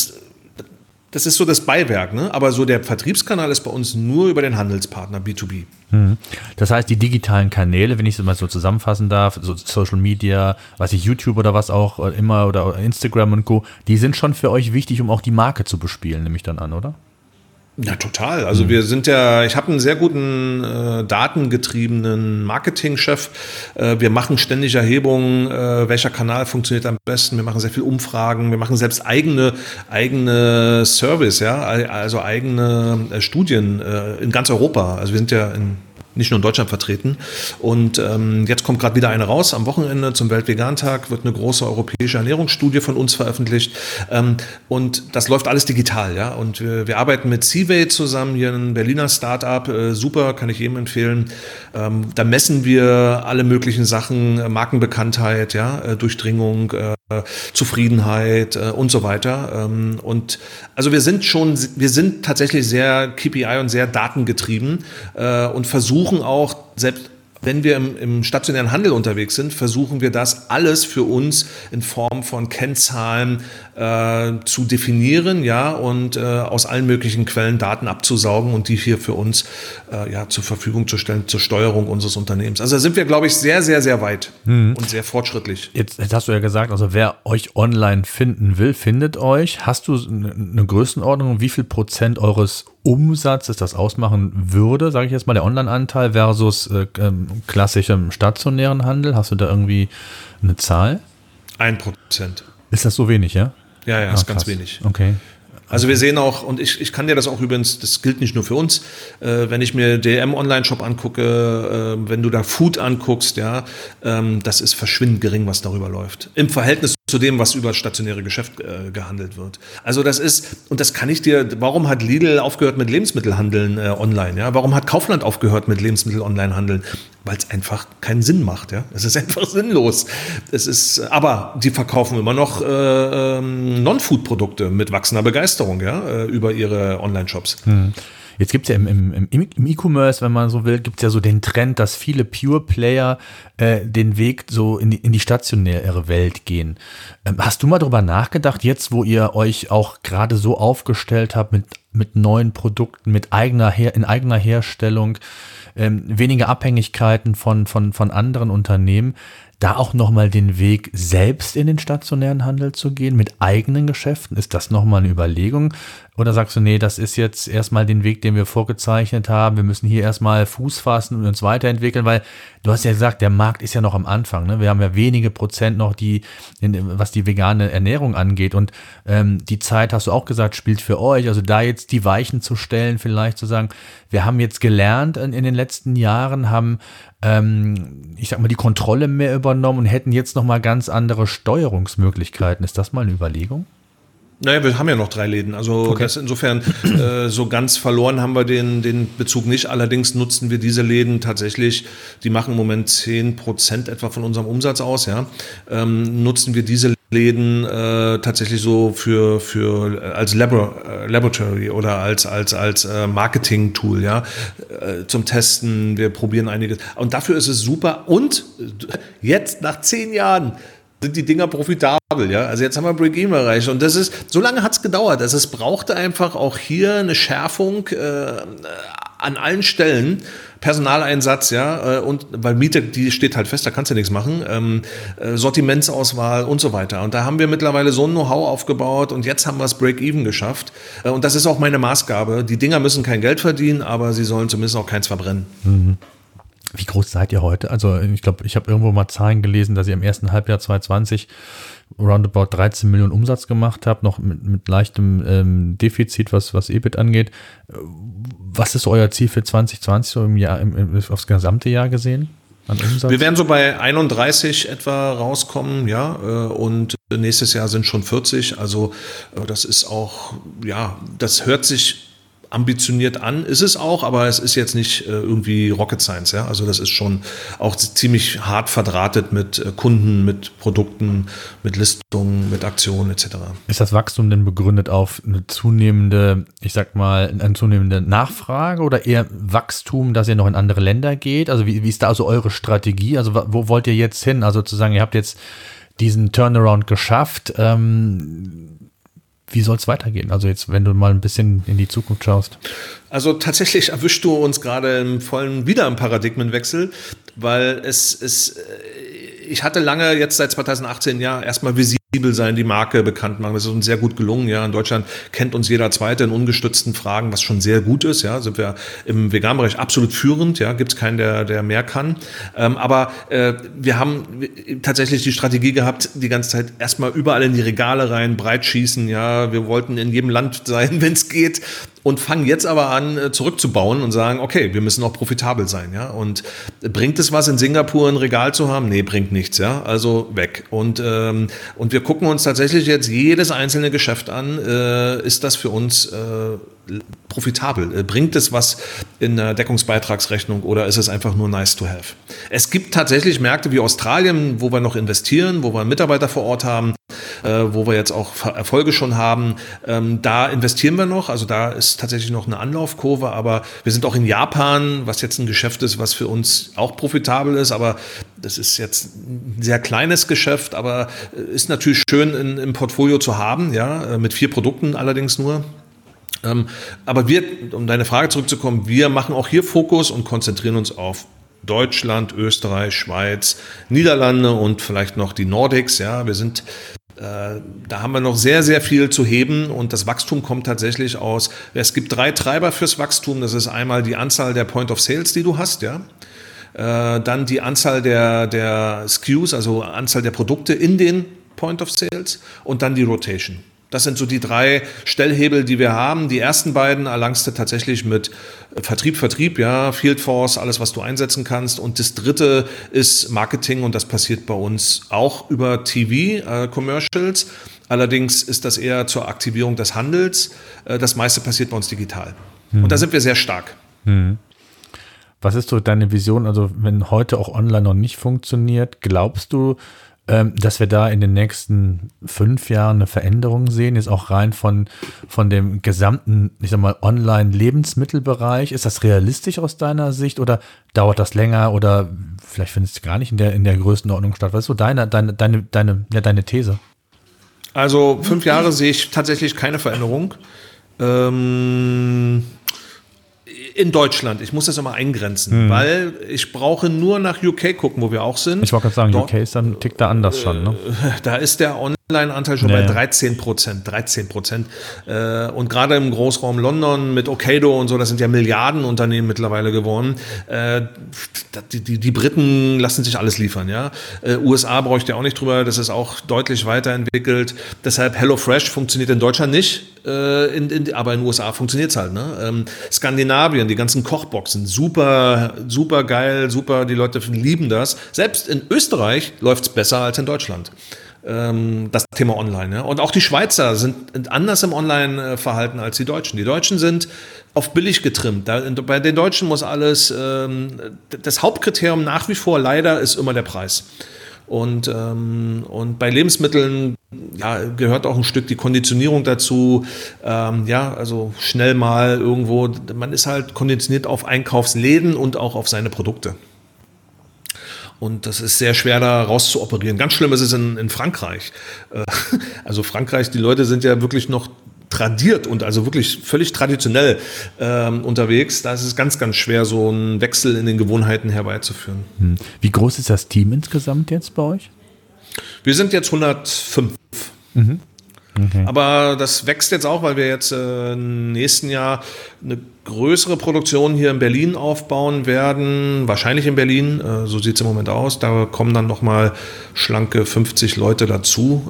ist so das Beiwerk, ne? Aber so der Vertriebskanal ist bei uns nur über den Handelspartner B2B. Das heißt, die digitalen Kanäle, wenn ich es mal so zusammenfassen darf, so Social Media, YouTube oder was auch immer oder Instagram und Co., die sind schon für euch wichtig, um auch die Marke zu bespielen, nehme ich dann an, oder? Ja, total. Also ich habe einen sehr guten datengetriebenen Marketingchef. Wir machen ständig Erhebungen, welcher Kanal funktioniert am besten. Wir machen sehr viel Umfragen. Wir machen selbst eigene Service, ja, also eigene Studien in ganz Europa. Also wir sind ja nicht nur in Deutschland vertreten. Und jetzt kommt gerade wieder eine raus. Am Wochenende zum Weltvegan-Tag wird eine große europäische Ernährungsstudie von uns veröffentlicht. Und das läuft alles digital, ja. Und wir arbeiten mit Seaway zusammen, hier ein Berliner Start-up. Super, kann ich jedem empfehlen. Da messen wir alle möglichen Sachen, Markenbekanntheit, ja, Durchdringung, Zufriedenheit und so weiter. Und also wir sind tatsächlich sehr KPI und sehr datengetrieben und versuchen auch, selbst wenn wir im stationären Handel unterwegs sind, versuchen wir das alles für uns in Form von Kennzahlen zu definieren, ja, und aus allen möglichen Quellen Daten abzusaugen und die hier für uns zur Verfügung zu stellen zur Steuerung unseres Unternehmens. Also da sind wir, glaube ich, sehr, sehr, sehr weit und sehr fortschrittlich. Jetzt hast du ja gesagt, also wer euch online finden will, findet euch. Hast du eine Größenordnung, wie viel % eures Umsatzes das ausmachen würde, sage ich jetzt mal, der Online-Anteil versus klassischem stationären Handel? Hast du da irgendwie eine Zahl? 1%. Ist das so wenig, ja? Ja, ist ganz wenig. Okay. Also wir sehen auch, und ich kann dir das auch übrigens, das gilt nicht nur für uns, wenn ich mir DM Online-Shop angucke, wenn du da Food anguckst, ja, das ist verschwindend gering, was darüber läuft. Im Verhältnis zu dem, was über das stationäre Geschäft gehandelt wird. Also das ist, und das kann ich dir, warum hat Lidl aufgehört mit Lebensmittelhandeln online? Ja? Warum hat Kaufland aufgehört mit Lebensmittel online handeln? Weil es einfach keinen Sinn macht. Ja? Es ist einfach sinnlos. Aber die verkaufen immer noch Non-Food-Produkte mit wachsender Begeisterung, ja? Über ihre Online-Shops. Jetzt gibt es ja im E-Commerce, wenn man so will, gibt es ja so den Trend, dass viele Pure-Player den Weg so in die stationäre Welt gehen. Hast du mal drüber nachgedacht, jetzt wo ihr euch auch gerade so aufgestellt habt mit neuen Produkten, in eigener Herstellung, weniger Abhängigkeiten von anderen Unternehmen, da auch nochmal den Weg selbst in den stationären Handel zu gehen, mit eigenen Geschäften? Ist das nochmal eine Überlegung? Oder sagst du, nee, das ist jetzt erstmal den Weg, den wir vorgezeichnet haben. Wir müssen hier erstmal Fuß fassen und uns weiterentwickeln, weil du hast ja gesagt, der Markt ist ja noch am Anfang. Ne? Wir haben ja wenige Prozent noch, was die vegane Ernährung angeht. Und die Zeit, hast du auch gesagt, spielt für euch. Also da jetzt die Weichen zu stellen, vielleicht zu sagen, wir haben jetzt gelernt in den letzten Jahren, haben ich sag mal, die Kontrolle mehr übernommen und hätten jetzt nochmal ganz andere Steuerungsmöglichkeiten. Ist das mal eine Überlegung? Naja, wir haben ja noch 3 Läden, also okay. Das insofern so ganz verloren haben wir den Bezug nicht. Allerdings nutzen wir diese Läden tatsächlich, die machen im Moment 10% etwa von unserem Umsatz aus, ja. Nutzen wir diese Läden tatsächlich so als Laboratory oder als Marketing-Tool, ja, zum Testen. Wir probieren einiges und dafür ist es super. Und jetzt nach 10 Jahren sind die Dinger profitabel, ja. Also jetzt haben wir Break-Even erreicht und so lange hat es gedauert. Also es brauchte einfach auch hier eine Schärfung an allen Stellen, Personaleinsatz, ja, und weil Miete, die steht halt fest, da kannst du nichts machen, Sortimentsauswahl und so weiter. Und da haben wir mittlerweile so ein Know-how aufgebaut und jetzt haben wir das Break-Even geschafft. Und das ist auch meine Maßgabe. Die Dinger müssen kein Geld verdienen, aber sie sollen zumindest auch keins verbrennen. Mhm. Wie groß seid ihr heute? Also ich glaube, ich habe irgendwo mal Zahlen gelesen, dass ihr im ersten Halbjahr 2020 roundabout 13 Millionen Umsatz gemacht habt, noch mit leichtem Defizit, was EBIT angeht. Was ist euer Ziel für 2020 so im Jahr, aufs gesamte Jahr gesehen? An Umsatz? Wir werden so bei 31 etwa rauskommen, ja, und nächstes Jahr sind schon 40. Also das ist auch, ja, das hört sich ambitioniert an, ist es auch, aber es ist jetzt nicht irgendwie Rocket Science, ja. Also das ist schon auch ziemlich hart verdrahtet mit Kunden, mit Produkten, mit Listungen, mit Aktionen etc. Ist das Wachstum denn begründet auf eine zunehmende, eine zunehmende Nachfrage oder eher Wachstum, dass ihr noch in andere Länder geht? Also wie ist da also eure Strategie? Also wo wollt ihr jetzt hin? Also zu sagen, ihr habt jetzt diesen Turnaround geschafft, wie soll es weitergehen? Also jetzt, wenn du mal ein bisschen in die Zukunft schaust. Also tatsächlich erwischst du uns gerade wieder im Paradigmenwechsel, weil ich hatte lange, jetzt seit 2018 erstmal visibel sein, die Marke bekannt machen. Das ist uns sehr gut gelungen. Ja, in Deutschland kennt uns jeder Zweite in ungestützten Fragen, was schon sehr gut ist. Ja, sind wir im Vegan-Bereich absolut führend. Ja, gibt es keinen, der mehr kann. Aber wir haben tatsächlich die Strategie gehabt, die ganze Zeit erstmal überall in die Regale rein, breit schießen. Ja, wir wollten in jedem Land sein, wenn es geht. Und fangen jetzt aber an, zurückzubauen und sagen, okay, wir müssen auch profitabel sein, ja. Und bringt es was, in Singapur ein Regal zu haben? Nee, bringt nichts, ja. Also weg. Und wir gucken uns tatsächlich jetzt jedes einzelne Geschäft an. Ist das für uns profitabel? Bringt es was in der Deckungsbeitragsrechnung oder ist es einfach nur nice to have? Es gibt tatsächlich Märkte wie Australien, wo wir noch investieren, wo wir einen Mitarbeiter vor Ort haben, wo wir jetzt auch Erfolge schon haben. Da investieren wir noch, also da ist tatsächlich noch eine Anlaufkurve, aber wir sind auch in Japan, was jetzt ein Geschäft ist, was für uns auch profitabel ist, aber das ist jetzt ein sehr kleines Geschäft, aber ist natürlich schön im Portfolio zu haben, ja, mit 4 Produkten allerdings nur. Aber wir, um deine Frage zurückzukommen, wir machen auch hier Fokus und konzentrieren uns auf Deutschland, Österreich, Schweiz, Niederlande und vielleicht noch die Nordics. Ja, da haben wir noch sehr, sehr viel zu heben und das Wachstum kommt tatsächlich aus. Es gibt 3 Treiber fürs Wachstum. Das ist einmal die Anzahl der Point of Sales, die du hast, ja. Dann die Anzahl der SKUs, also Anzahl der Produkte in den Point of Sales und dann die Rotation. Das sind so die 3 Stellhebel, die wir haben. Die ersten beiden erlangst du tatsächlich mit Vertrieb, ja, Field Force, alles, was du einsetzen kannst. Und das 3. ist Marketing und das passiert bei uns auch über TV-Commercials. Allerdings ist das eher zur Aktivierung des Handels. Das meiste passiert bei uns digital. Und da sind wir sehr stark. Was ist so deine Vision? Also wenn heute auch online noch nicht funktioniert, glaubst du, dass wir da in den nächsten 5 Jahren eine Veränderung sehen, jetzt auch rein von dem gesamten, ich sag mal, Online-Lebensmittelbereich? Ist das realistisch aus deiner Sicht oder dauert das länger oder vielleicht findet es gar nicht in der Größenordnung statt? Was ist so deine These? Also 5 Jahre sehe ich tatsächlich keine Veränderung. In Deutschland, ich muss das immer eingrenzen, weil ich brauche nur nach UK gucken, wo wir auch sind. Ich wollte gerade sagen, UK ist dann tickt da anders schon, ne? Da ist der Online-Anteil schon bei 13%. Und gerade im Großraum London mit Ocado und so, das sind ja Milliardenunternehmen mittlerweile geworden. Die Briten lassen sich alles liefern, ja. USA brauche ich dir auch nicht drüber, das ist auch deutlich weiterentwickelt. Deshalb HelloFresh funktioniert in Deutschland nicht, aber in den USA funktioniert es halt, ne? Skandinavien, die ganzen Kochboxen, super geil, super, die Leute lieben das. Selbst in Österreich läuft es besser als in Deutschland. Das Thema Online. Ja? Und auch die Schweizer sind anders im Online-Verhalten als die Deutschen. Die Deutschen sind auf billig getrimmt. Bei den Deutschen muss alles, das Hauptkriterium nach wie vor leider ist immer der Preis. Und bei Lebensmitteln gehört auch ein Stück die Konditionierung dazu. Also schnell mal irgendwo, man ist halt konditioniert auf Einkaufsläden und auch auf seine Produkte. Und das ist sehr schwer, da rauszuoperieren. Ganz schlimm ist es in Frankreich. Also Frankreich, die Leute sind ja wirklich noch tradiert und also wirklich völlig traditionell unterwegs. Da ist es ganz, ganz schwer, so einen Wechsel in den Gewohnheiten herbeizuführen. Wie groß ist das Team insgesamt jetzt bei euch? Wir sind jetzt 105. Okay. Aber das wächst jetzt auch, weil wir jetzt im nächsten Jahr eine größere Produktion hier in Berlin aufbauen werden. Wahrscheinlich in Berlin, so sieht es im Moment aus. Da kommen dann nochmal schlanke 50 Leute dazu.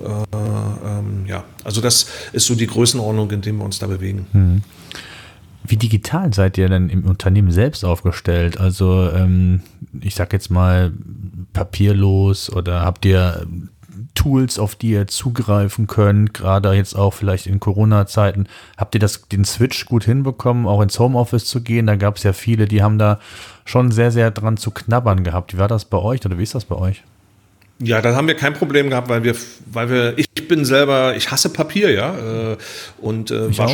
Also das ist so die Größenordnung, in der wir uns da bewegen. Wie digital seid ihr denn im Unternehmen selbst aufgestellt? Also ich sag jetzt mal papierlos oder habt ihr Tools, auf die ihr zugreifen könnt, gerade jetzt auch vielleicht in Corona-Zeiten. Habt ihr den Switch gut hinbekommen, auch ins Homeoffice zu gehen? Da gab es ja viele, die haben da schon sehr, sehr dran zu knabbern gehabt. Wie war das bei euch oder wie ist das bei euch? Ja, da haben wir kein Problem gehabt, ich bin selber, ich hasse Papier, ja, und war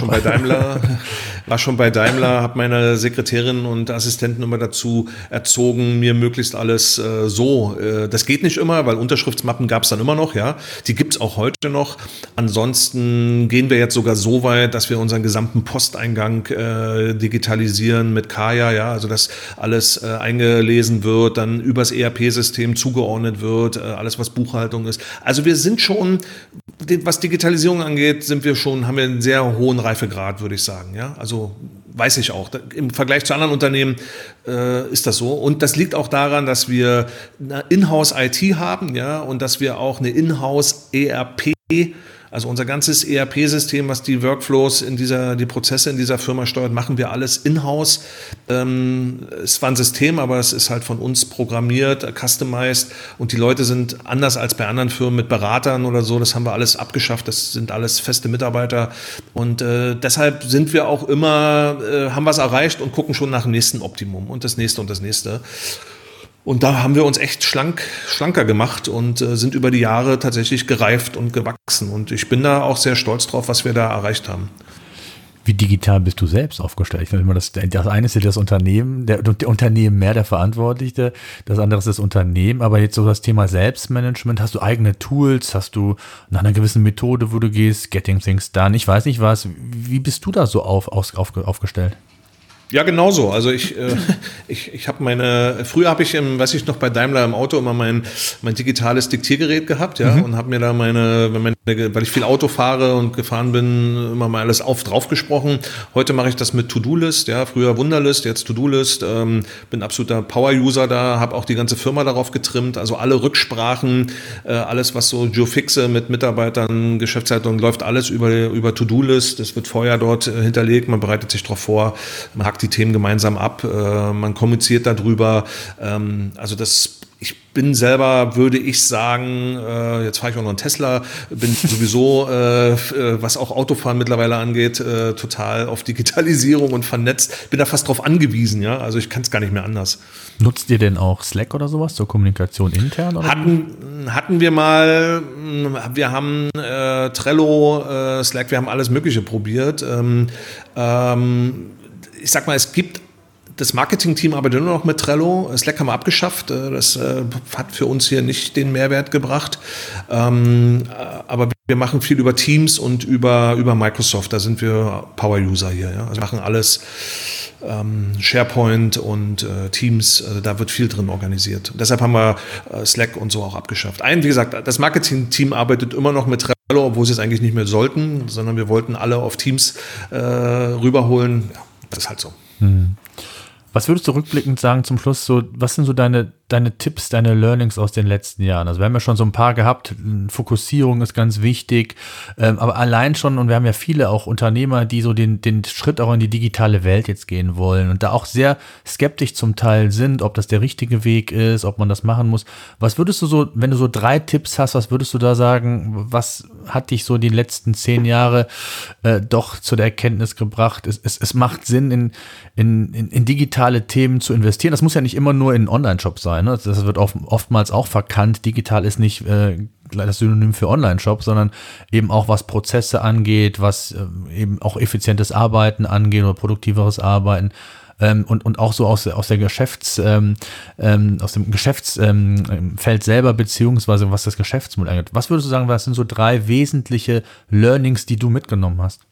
schon bei Daimler, habe meine Sekretärin und Assistenten immer dazu erzogen, mir möglichst alles das geht nicht immer, weil Unterschriftsmappen gab es dann immer noch, ja, die gibt es auch heute noch. Ansonsten gehen wir jetzt sogar so weit, dass wir unseren gesamten Posteingang digitalisieren mit Kaya, ja, also dass alles eingelesen wird, dann übers ERP-System zugeordnet wird, alles was Buchhaltung ist. Also wir sind schon, was Digitalisierung angeht, haben wir einen sehr hohen Reifegrad, würde ich sagen. Ja? Also weiß ich auch. Im Vergleich zu anderen Unternehmen ist das so. Und das liegt auch daran, dass wir eine Inhouse-IT haben, ja, und dass wir auch eine Inhouse-ERP, also unser ganzes ERP-System, was die Workflows die Prozesse in dieser Firma steuert, machen wir alles in-house. Es war ein System, aber es ist halt von uns programmiert, customized und die Leute sind anders als bei anderen Firmen mit Beratern oder so. Das haben wir alles abgeschafft. Das sind alles feste Mitarbeiter und deshalb sind wir auch immer, haben wir es erreicht und gucken schon nach dem nächsten Optimum und das nächste und das nächste. Und da haben wir uns echt schlanker gemacht und sind über die Jahre tatsächlich gereift und gewachsen. Und ich bin da auch sehr stolz drauf, was wir da erreicht haben. Wie digital bist du selbst aufgestellt? Ich finde immer, das eine ist ja das Unternehmen, der Unternehmen mehr der Verantwortliche, das andere ist das Unternehmen. Aber jetzt so das Thema Selbstmanagement, hast du eigene Tools, hast du nach einer gewissen Methode, wo du gehst, Getting Things Done, ich weiß nicht was. Wie bist du da so aufgestellt? Ja, genauso. Also ich habe früher habe ich bei Daimler im Auto immer mein digitales Diktiergerät gehabt, ja, und habe mir da weil ich viel Auto fahre und gefahren bin, immer mal alles drauf gesprochen. Heute mache ich das mit To-Do-List, ja, früher Wunderlist, jetzt To-Do-List, bin absoluter Power-User da, habe auch die ganze Firma darauf getrimmt, also alle Rücksprachen, alles was so Geofixe mit Mitarbeitern, Geschäftsleitung läuft alles über To-Do-List, es wird vorher dort hinterlegt, man bereitet sich darauf vor, man hakt die Themen gemeinsam ab, man kommuniziert darüber. Ich bin selber, würde ich sagen, jetzt fahre ich auch noch einen Tesla, bin sowieso, was auch Autofahren mittlerweile angeht, total auf Digitalisierung und vernetzt. Bin da fast drauf angewiesen, ja. Also ich kann es gar nicht mehr anders. Nutzt ihr denn auch Slack oder sowas zur Kommunikation intern? Oder hatten wir mal, wir haben Trello, Slack, wir haben alles Mögliche probiert. Ich sag mal, das Marketing-Team arbeitet nur noch mit Trello. Slack haben wir abgeschafft. Das hat für uns hier nicht den Mehrwert gebracht. Aber wir machen viel über Teams und über Microsoft. Da sind wir Power-User hier. Ja? Also wir machen alles SharePoint und Teams. Also da wird viel drin organisiert. Und deshalb haben wir Slack und so auch abgeschafft. Wie gesagt, das Marketing-Team arbeitet immer noch mit Trello, obwohl sie es eigentlich nicht mehr sollten, sondern wir wollten alle auf Teams rüberholen. Ja, das ist halt so. Was würdest du rückblickend sagen zum Schluss, was sind so deine Tipps, deine Learnings aus den letzten Jahren? Also wir haben ja schon so ein paar gehabt, Fokussierung ist ganz wichtig, aber allein schon, und wir haben ja viele auch Unternehmer, die so den Schritt auch in die digitale Welt jetzt gehen wollen und da auch sehr skeptisch zum Teil sind, ob das der richtige Weg ist, ob man das machen muss. Was würdest du wenn du so 3 Tipps hast, was würdest du da sagen, was hat dich so die letzten 10 Jahre doch zu der Erkenntnis gebracht, es macht Sinn, in digitale Themen zu investieren? Das muss ja nicht immer nur in Online-Shop sein. Ne? Das wird oftmals auch verkannt. Digital ist nicht das Synonym für Online-Shop, sondern eben auch was Prozesse angeht, was eben auch effizientes Arbeiten angeht oder produktiveres Arbeiten. Und auch so aus dem Geschäftsfeld selber, beziehungsweise was das Geschäftsmodell angeht. Was würdest du sagen, was sind so 3 wesentliche Learnings, die du mitgenommen hast?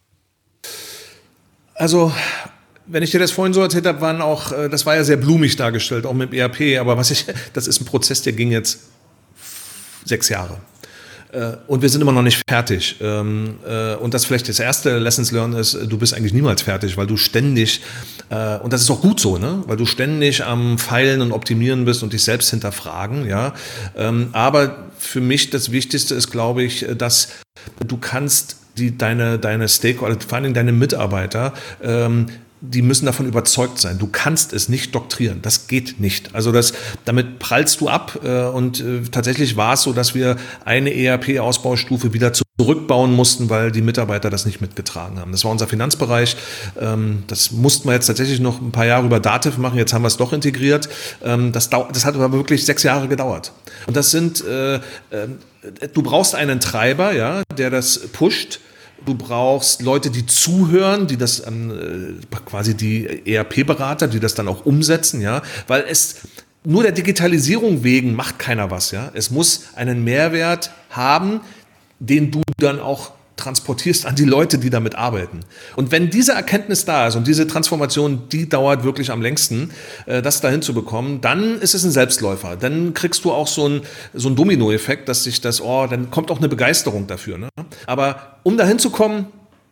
Also, wenn ich dir das vorhin so erzählt habe, das war ja sehr blumig dargestellt, auch mit dem ERP, aber das ist ein Prozess, der ging jetzt 6 Jahre. Und wir sind immer noch nicht fertig. Und das vielleicht das erste Lessons learned ist, du bist eigentlich niemals fertig, weil du ständig, und das ist auch gut so, ne? Weil du ständig am Feilen und Optimieren bist und dich selbst hinterfragen, ja. Aber für mich das Wichtigste ist, glaube ich, dass du kannst deine Stakeholder, vor allem deine Mitarbeiter, die müssen davon überzeugt sein. Du kannst es nicht doktrieren. Das geht nicht. Also damit prallst du ab. Und tatsächlich war es so, dass wir eine ERP-Ausbaustufe wieder zurückbauen mussten, weil die Mitarbeiter das nicht mitgetragen haben. Das war unser Finanzbereich. Das mussten wir jetzt tatsächlich noch ein paar Jahre über Dativ machen. Jetzt haben wir es doch integriert. Das hat aber wirklich 6 Jahre gedauert. Und du brauchst einen Treiber, ja, der das pusht. Du brauchst Leute, die zuhören, die das quasi die ERP-Berater, die das dann auch umsetzen, ja, weil nur der Digitalisierung wegen macht keiner was, ja. Es muss einen Mehrwert haben, den du dann auch transportierst an die Leute, die damit arbeiten. Und wenn diese Erkenntnis da ist und diese Transformation, die dauert wirklich am längsten, das dahin zu bekommen, dann ist es ein Selbstläufer. Dann kriegst du auch so einen Dominoeffekt, dass sich dann kommt auch eine Begeisterung dafür. Ne? Aber um dahin zu kommen,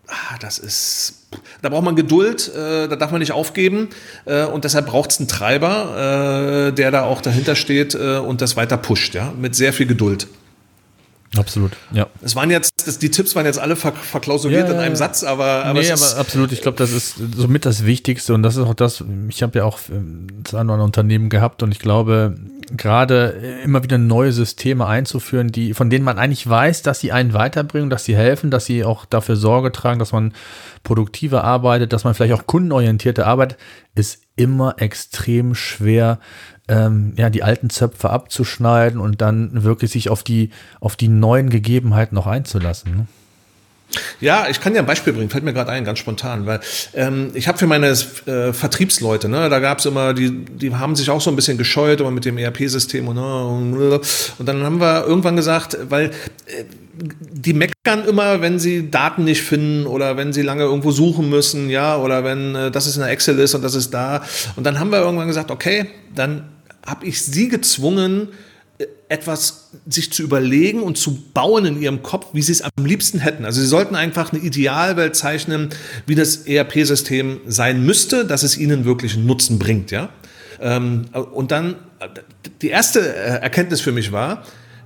da braucht man Geduld, da darf man nicht aufgeben und deshalb braucht es einen Treiber, der da auch dahinter steht und das weiter pusht, ja, mit sehr viel Geduld. Absolut, ja. Die Tipps waren jetzt alle verklausuliert in einem Satz, aber absolut. Ich glaube, das ist somit das Wichtigste und das ist auch das, ich habe ja auch das eine oder andere Unternehmen gehabt und ich glaube, gerade immer wieder neue Systeme einzuführen, von denen man eigentlich weiß, dass sie einen weiterbringen, dass sie helfen, dass sie auch dafür Sorge tragen, dass man produktiver arbeitet, dass man vielleicht auch kundenorientierter arbeitet, ist immer extrem schwer, die alten Zöpfe abzuschneiden und dann wirklich sich auf die neuen Gegebenheiten noch einzulassen. Ne? Ja, ich kann dir ein Beispiel bringen, fällt mir gerade ein, ganz spontan, weil ich habe für meine Vertriebsleute, ne, da gab es immer, die haben sich auch so ein bisschen gescheut, aber mit dem ERP-System und dann haben wir irgendwann gesagt, weil die meckern immer, wenn sie Daten nicht finden oder wenn sie lange irgendwo suchen müssen, ja, oder wenn das ist in der Excel ist und das ist da. Und dann haben wir irgendwann gesagt, okay, dann habe ich sie gezwungen, etwas sich zu überlegen und zu bauen in ihrem Kopf, wie sie es am liebsten hätten. Also sie sollten einfach eine Idealwelt zeichnen, wie das ERP-System sein müsste, dass es ihnen wirklich einen Nutzen bringt. Ja? Und dann, die erste Erkenntnis für mich war,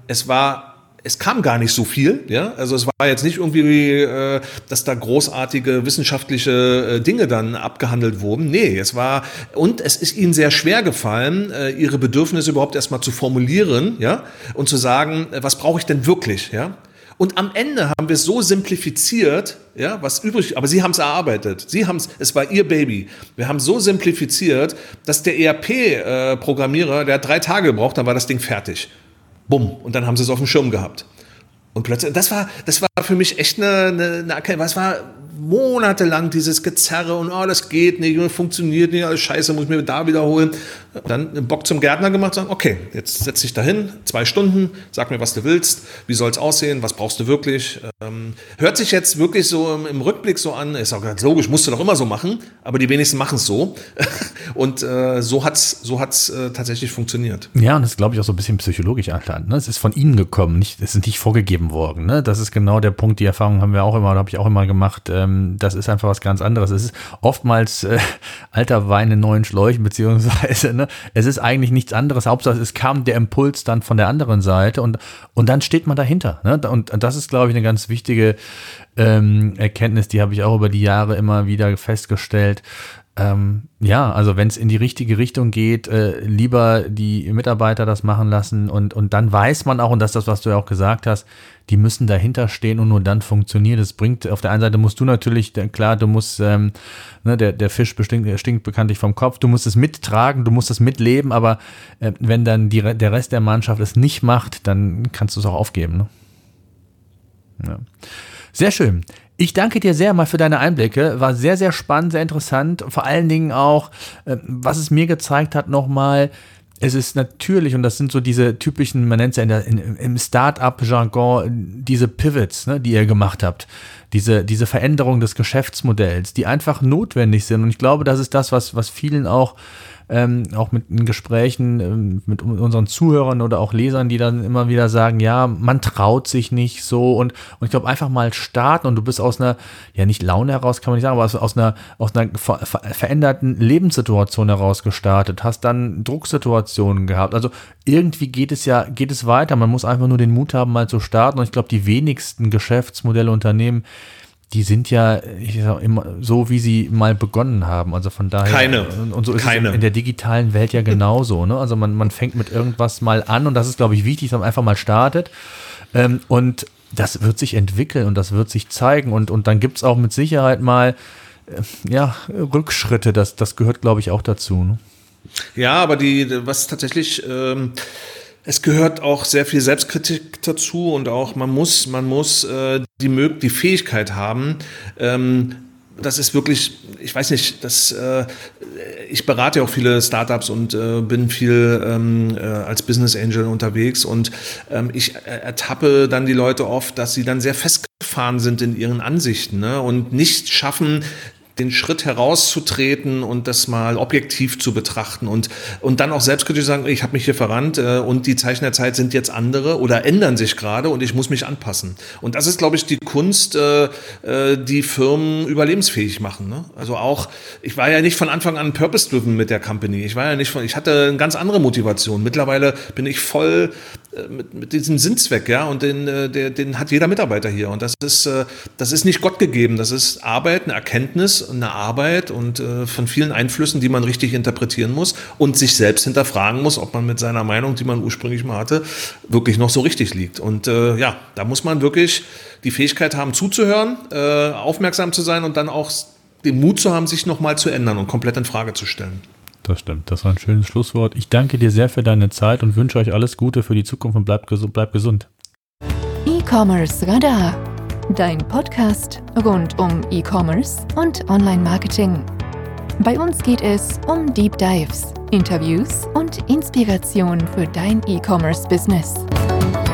es kam gar nicht so viel, ja, also es war jetzt nicht irgendwie, dass da großartige wissenschaftliche Dinge dann abgehandelt wurden, nee, es ist ihnen sehr schwer gefallen, ihre Bedürfnisse überhaupt erstmal zu formulieren, ja, und zu sagen, was brauche ich denn wirklich, ja. Und am Ende haben wir es so simplifiziert, ja, was übrig, aber sie haben es erarbeitet. Es war ihr Baby. Wir haben so simplifiziert, dass der ERP-Programmierer, der hat 3 Tage gebraucht, dann war das Ding fertig. Bumm. Und dann haben sie es auf dem Schirm gehabt. Und plötzlich, das war für mich echt eine Erkenntnis. Es war monatelang dieses Gezerre und das geht nicht und funktioniert nicht, alles scheiße, muss ich mir da wiederholen. Dann einen Bock zum Gärtner gemacht, sagen, okay, jetzt setz dich dahin, 2 Stunden, sag mir, was du willst, wie soll es aussehen, was brauchst du wirklich. Hört sich jetzt wirklich so im Rückblick so an, ist auch ganz logisch, musst du doch immer so machen, aber die wenigsten machen es so. Und so hat's tatsächlich funktioniert. Ja, und das ist, glaube ich, auch so ein bisschen psychologisch erklärt. Ne? Es ist von ihnen gekommen, es ist nicht vorgegeben worden. Ne? Das ist genau der Punkt, die Erfahrung habe ich auch immer gemacht. Das ist einfach was ganz anderes. Es ist oftmals alter Wein in neuen Schläuchen, beziehungsweise es ist eigentlich nichts anderes. Hauptsache, es kam der Impuls dann von der anderen Seite und dann steht man dahinter. Ne? Und das ist, glaube ich, eine ganz wichtige Erkenntnis, die habe ich auch über die Jahre immer wieder festgestellt. Also wenn es in die richtige Richtung geht, lieber die Mitarbeiter das machen lassen und dann weiß man auch, und das ist das, was du ja auch gesagt hast, die müssen dahinter stehen und nur dann funktioniert. Das bringt, auf der einen Seite musst du natürlich, klar, du musst, der Fisch stinkt bekanntlich vom Kopf, du musst es mittragen, du musst es mitleben, aber wenn dann der Rest der Mannschaft es nicht macht, dann kannst du es auch aufgeben. Ne? Ja. Sehr schön. Ich danke dir sehr mal für deine Einblicke. War sehr, sehr spannend, sehr interessant. Vor allen Dingen auch, was es mir gezeigt hat nochmal, es ist natürlich, und das sind so diese typischen, man nennt es ja im Start-up-Jargon, diese Pivots, ne, die ihr gemacht habt. Diese Veränderung des Geschäftsmodells, die einfach notwendig sind. Und ich glaube, das ist das, was vielen auch mit in Gesprächen mit unseren Zuhörern oder auch Lesern, die dann immer wieder sagen, ja, man traut sich nicht so und ich glaube, einfach mal starten und du bist aus einer, ja nicht Laune heraus, kann man nicht sagen, aber aus einer veränderten Lebenssituation heraus gestartet, hast dann Drucksituationen gehabt, also irgendwie geht es weiter, man muss einfach nur den Mut haben, mal zu starten und ich glaube, die wenigsten Geschäftsmodelle, Unternehmen, die sind ja, ich sag immer, so wie sie mal begonnen haben. Also von daher. Keine. Und so ist es in der digitalen Welt ja genauso. Ne? Also man fängt mit irgendwas mal an und das ist, glaube ich, wichtig, dass man einfach mal startet. Und das wird sich entwickeln und das wird sich zeigen. Und dann gibt es auch mit Sicherheit mal Rückschritte. Das gehört, glaube ich, auch dazu. Ne? Ja, aber was tatsächlich. Es gehört auch sehr viel Selbstkritik dazu und auch man muss die Fähigkeit haben. Das ist wirklich, ich weiß nicht, ich berate ja auch viele Startups und bin viel als Business Angel unterwegs und ich ertappe dann die Leute oft, dass sie dann sehr festgefahren sind in ihren Ansichten, ne, und nicht schaffen, den Schritt herauszutreten und das mal objektiv zu betrachten und dann auch selbstkritisch sagen, ich habe mich hier verrannt und die Zeichen der Zeit sind jetzt andere oder ändern sich gerade und ich muss mich anpassen. Und das ist, glaube ich, die Kunst, die Firmen überlebensfähig machen. Ne? Also auch, ich war ja nicht von Anfang an purpose-driven mit der Company. Ich hatte eine ganz andere Motivation. Mittlerweile bin ich voll mit diesem Sinnzweck, ja, und den hat jeder Mitarbeiter hier. Und das ist nicht Gott gegeben. Das ist Arbeit, eine Erkenntnis, eine Arbeit und von vielen Einflüssen, die man richtig interpretieren muss und sich selbst hinterfragen muss, ob man mit seiner Meinung, die man ursprünglich mal hatte, wirklich noch so richtig liegt. Und da muss man wirklich die Fähigkeit haben, zuzuhören, aufmerksam zu sein und dann auch den Mut zu haben, sich nochmal zu ändern und komplett in Frage zu stellen. Das stimmt, das war ein schönes Schlusswort. Ich danke dir sehr für deine Zeit und wünsche euch alles Gute für die Zukunft und bleibt gesund. E-Commerce Radar, dein Podcast rund um E-Commerce und Online-Marketing. Bei uns geht es um Deep Dives, Interviews und Inspiration für dein E-Commerce-Business.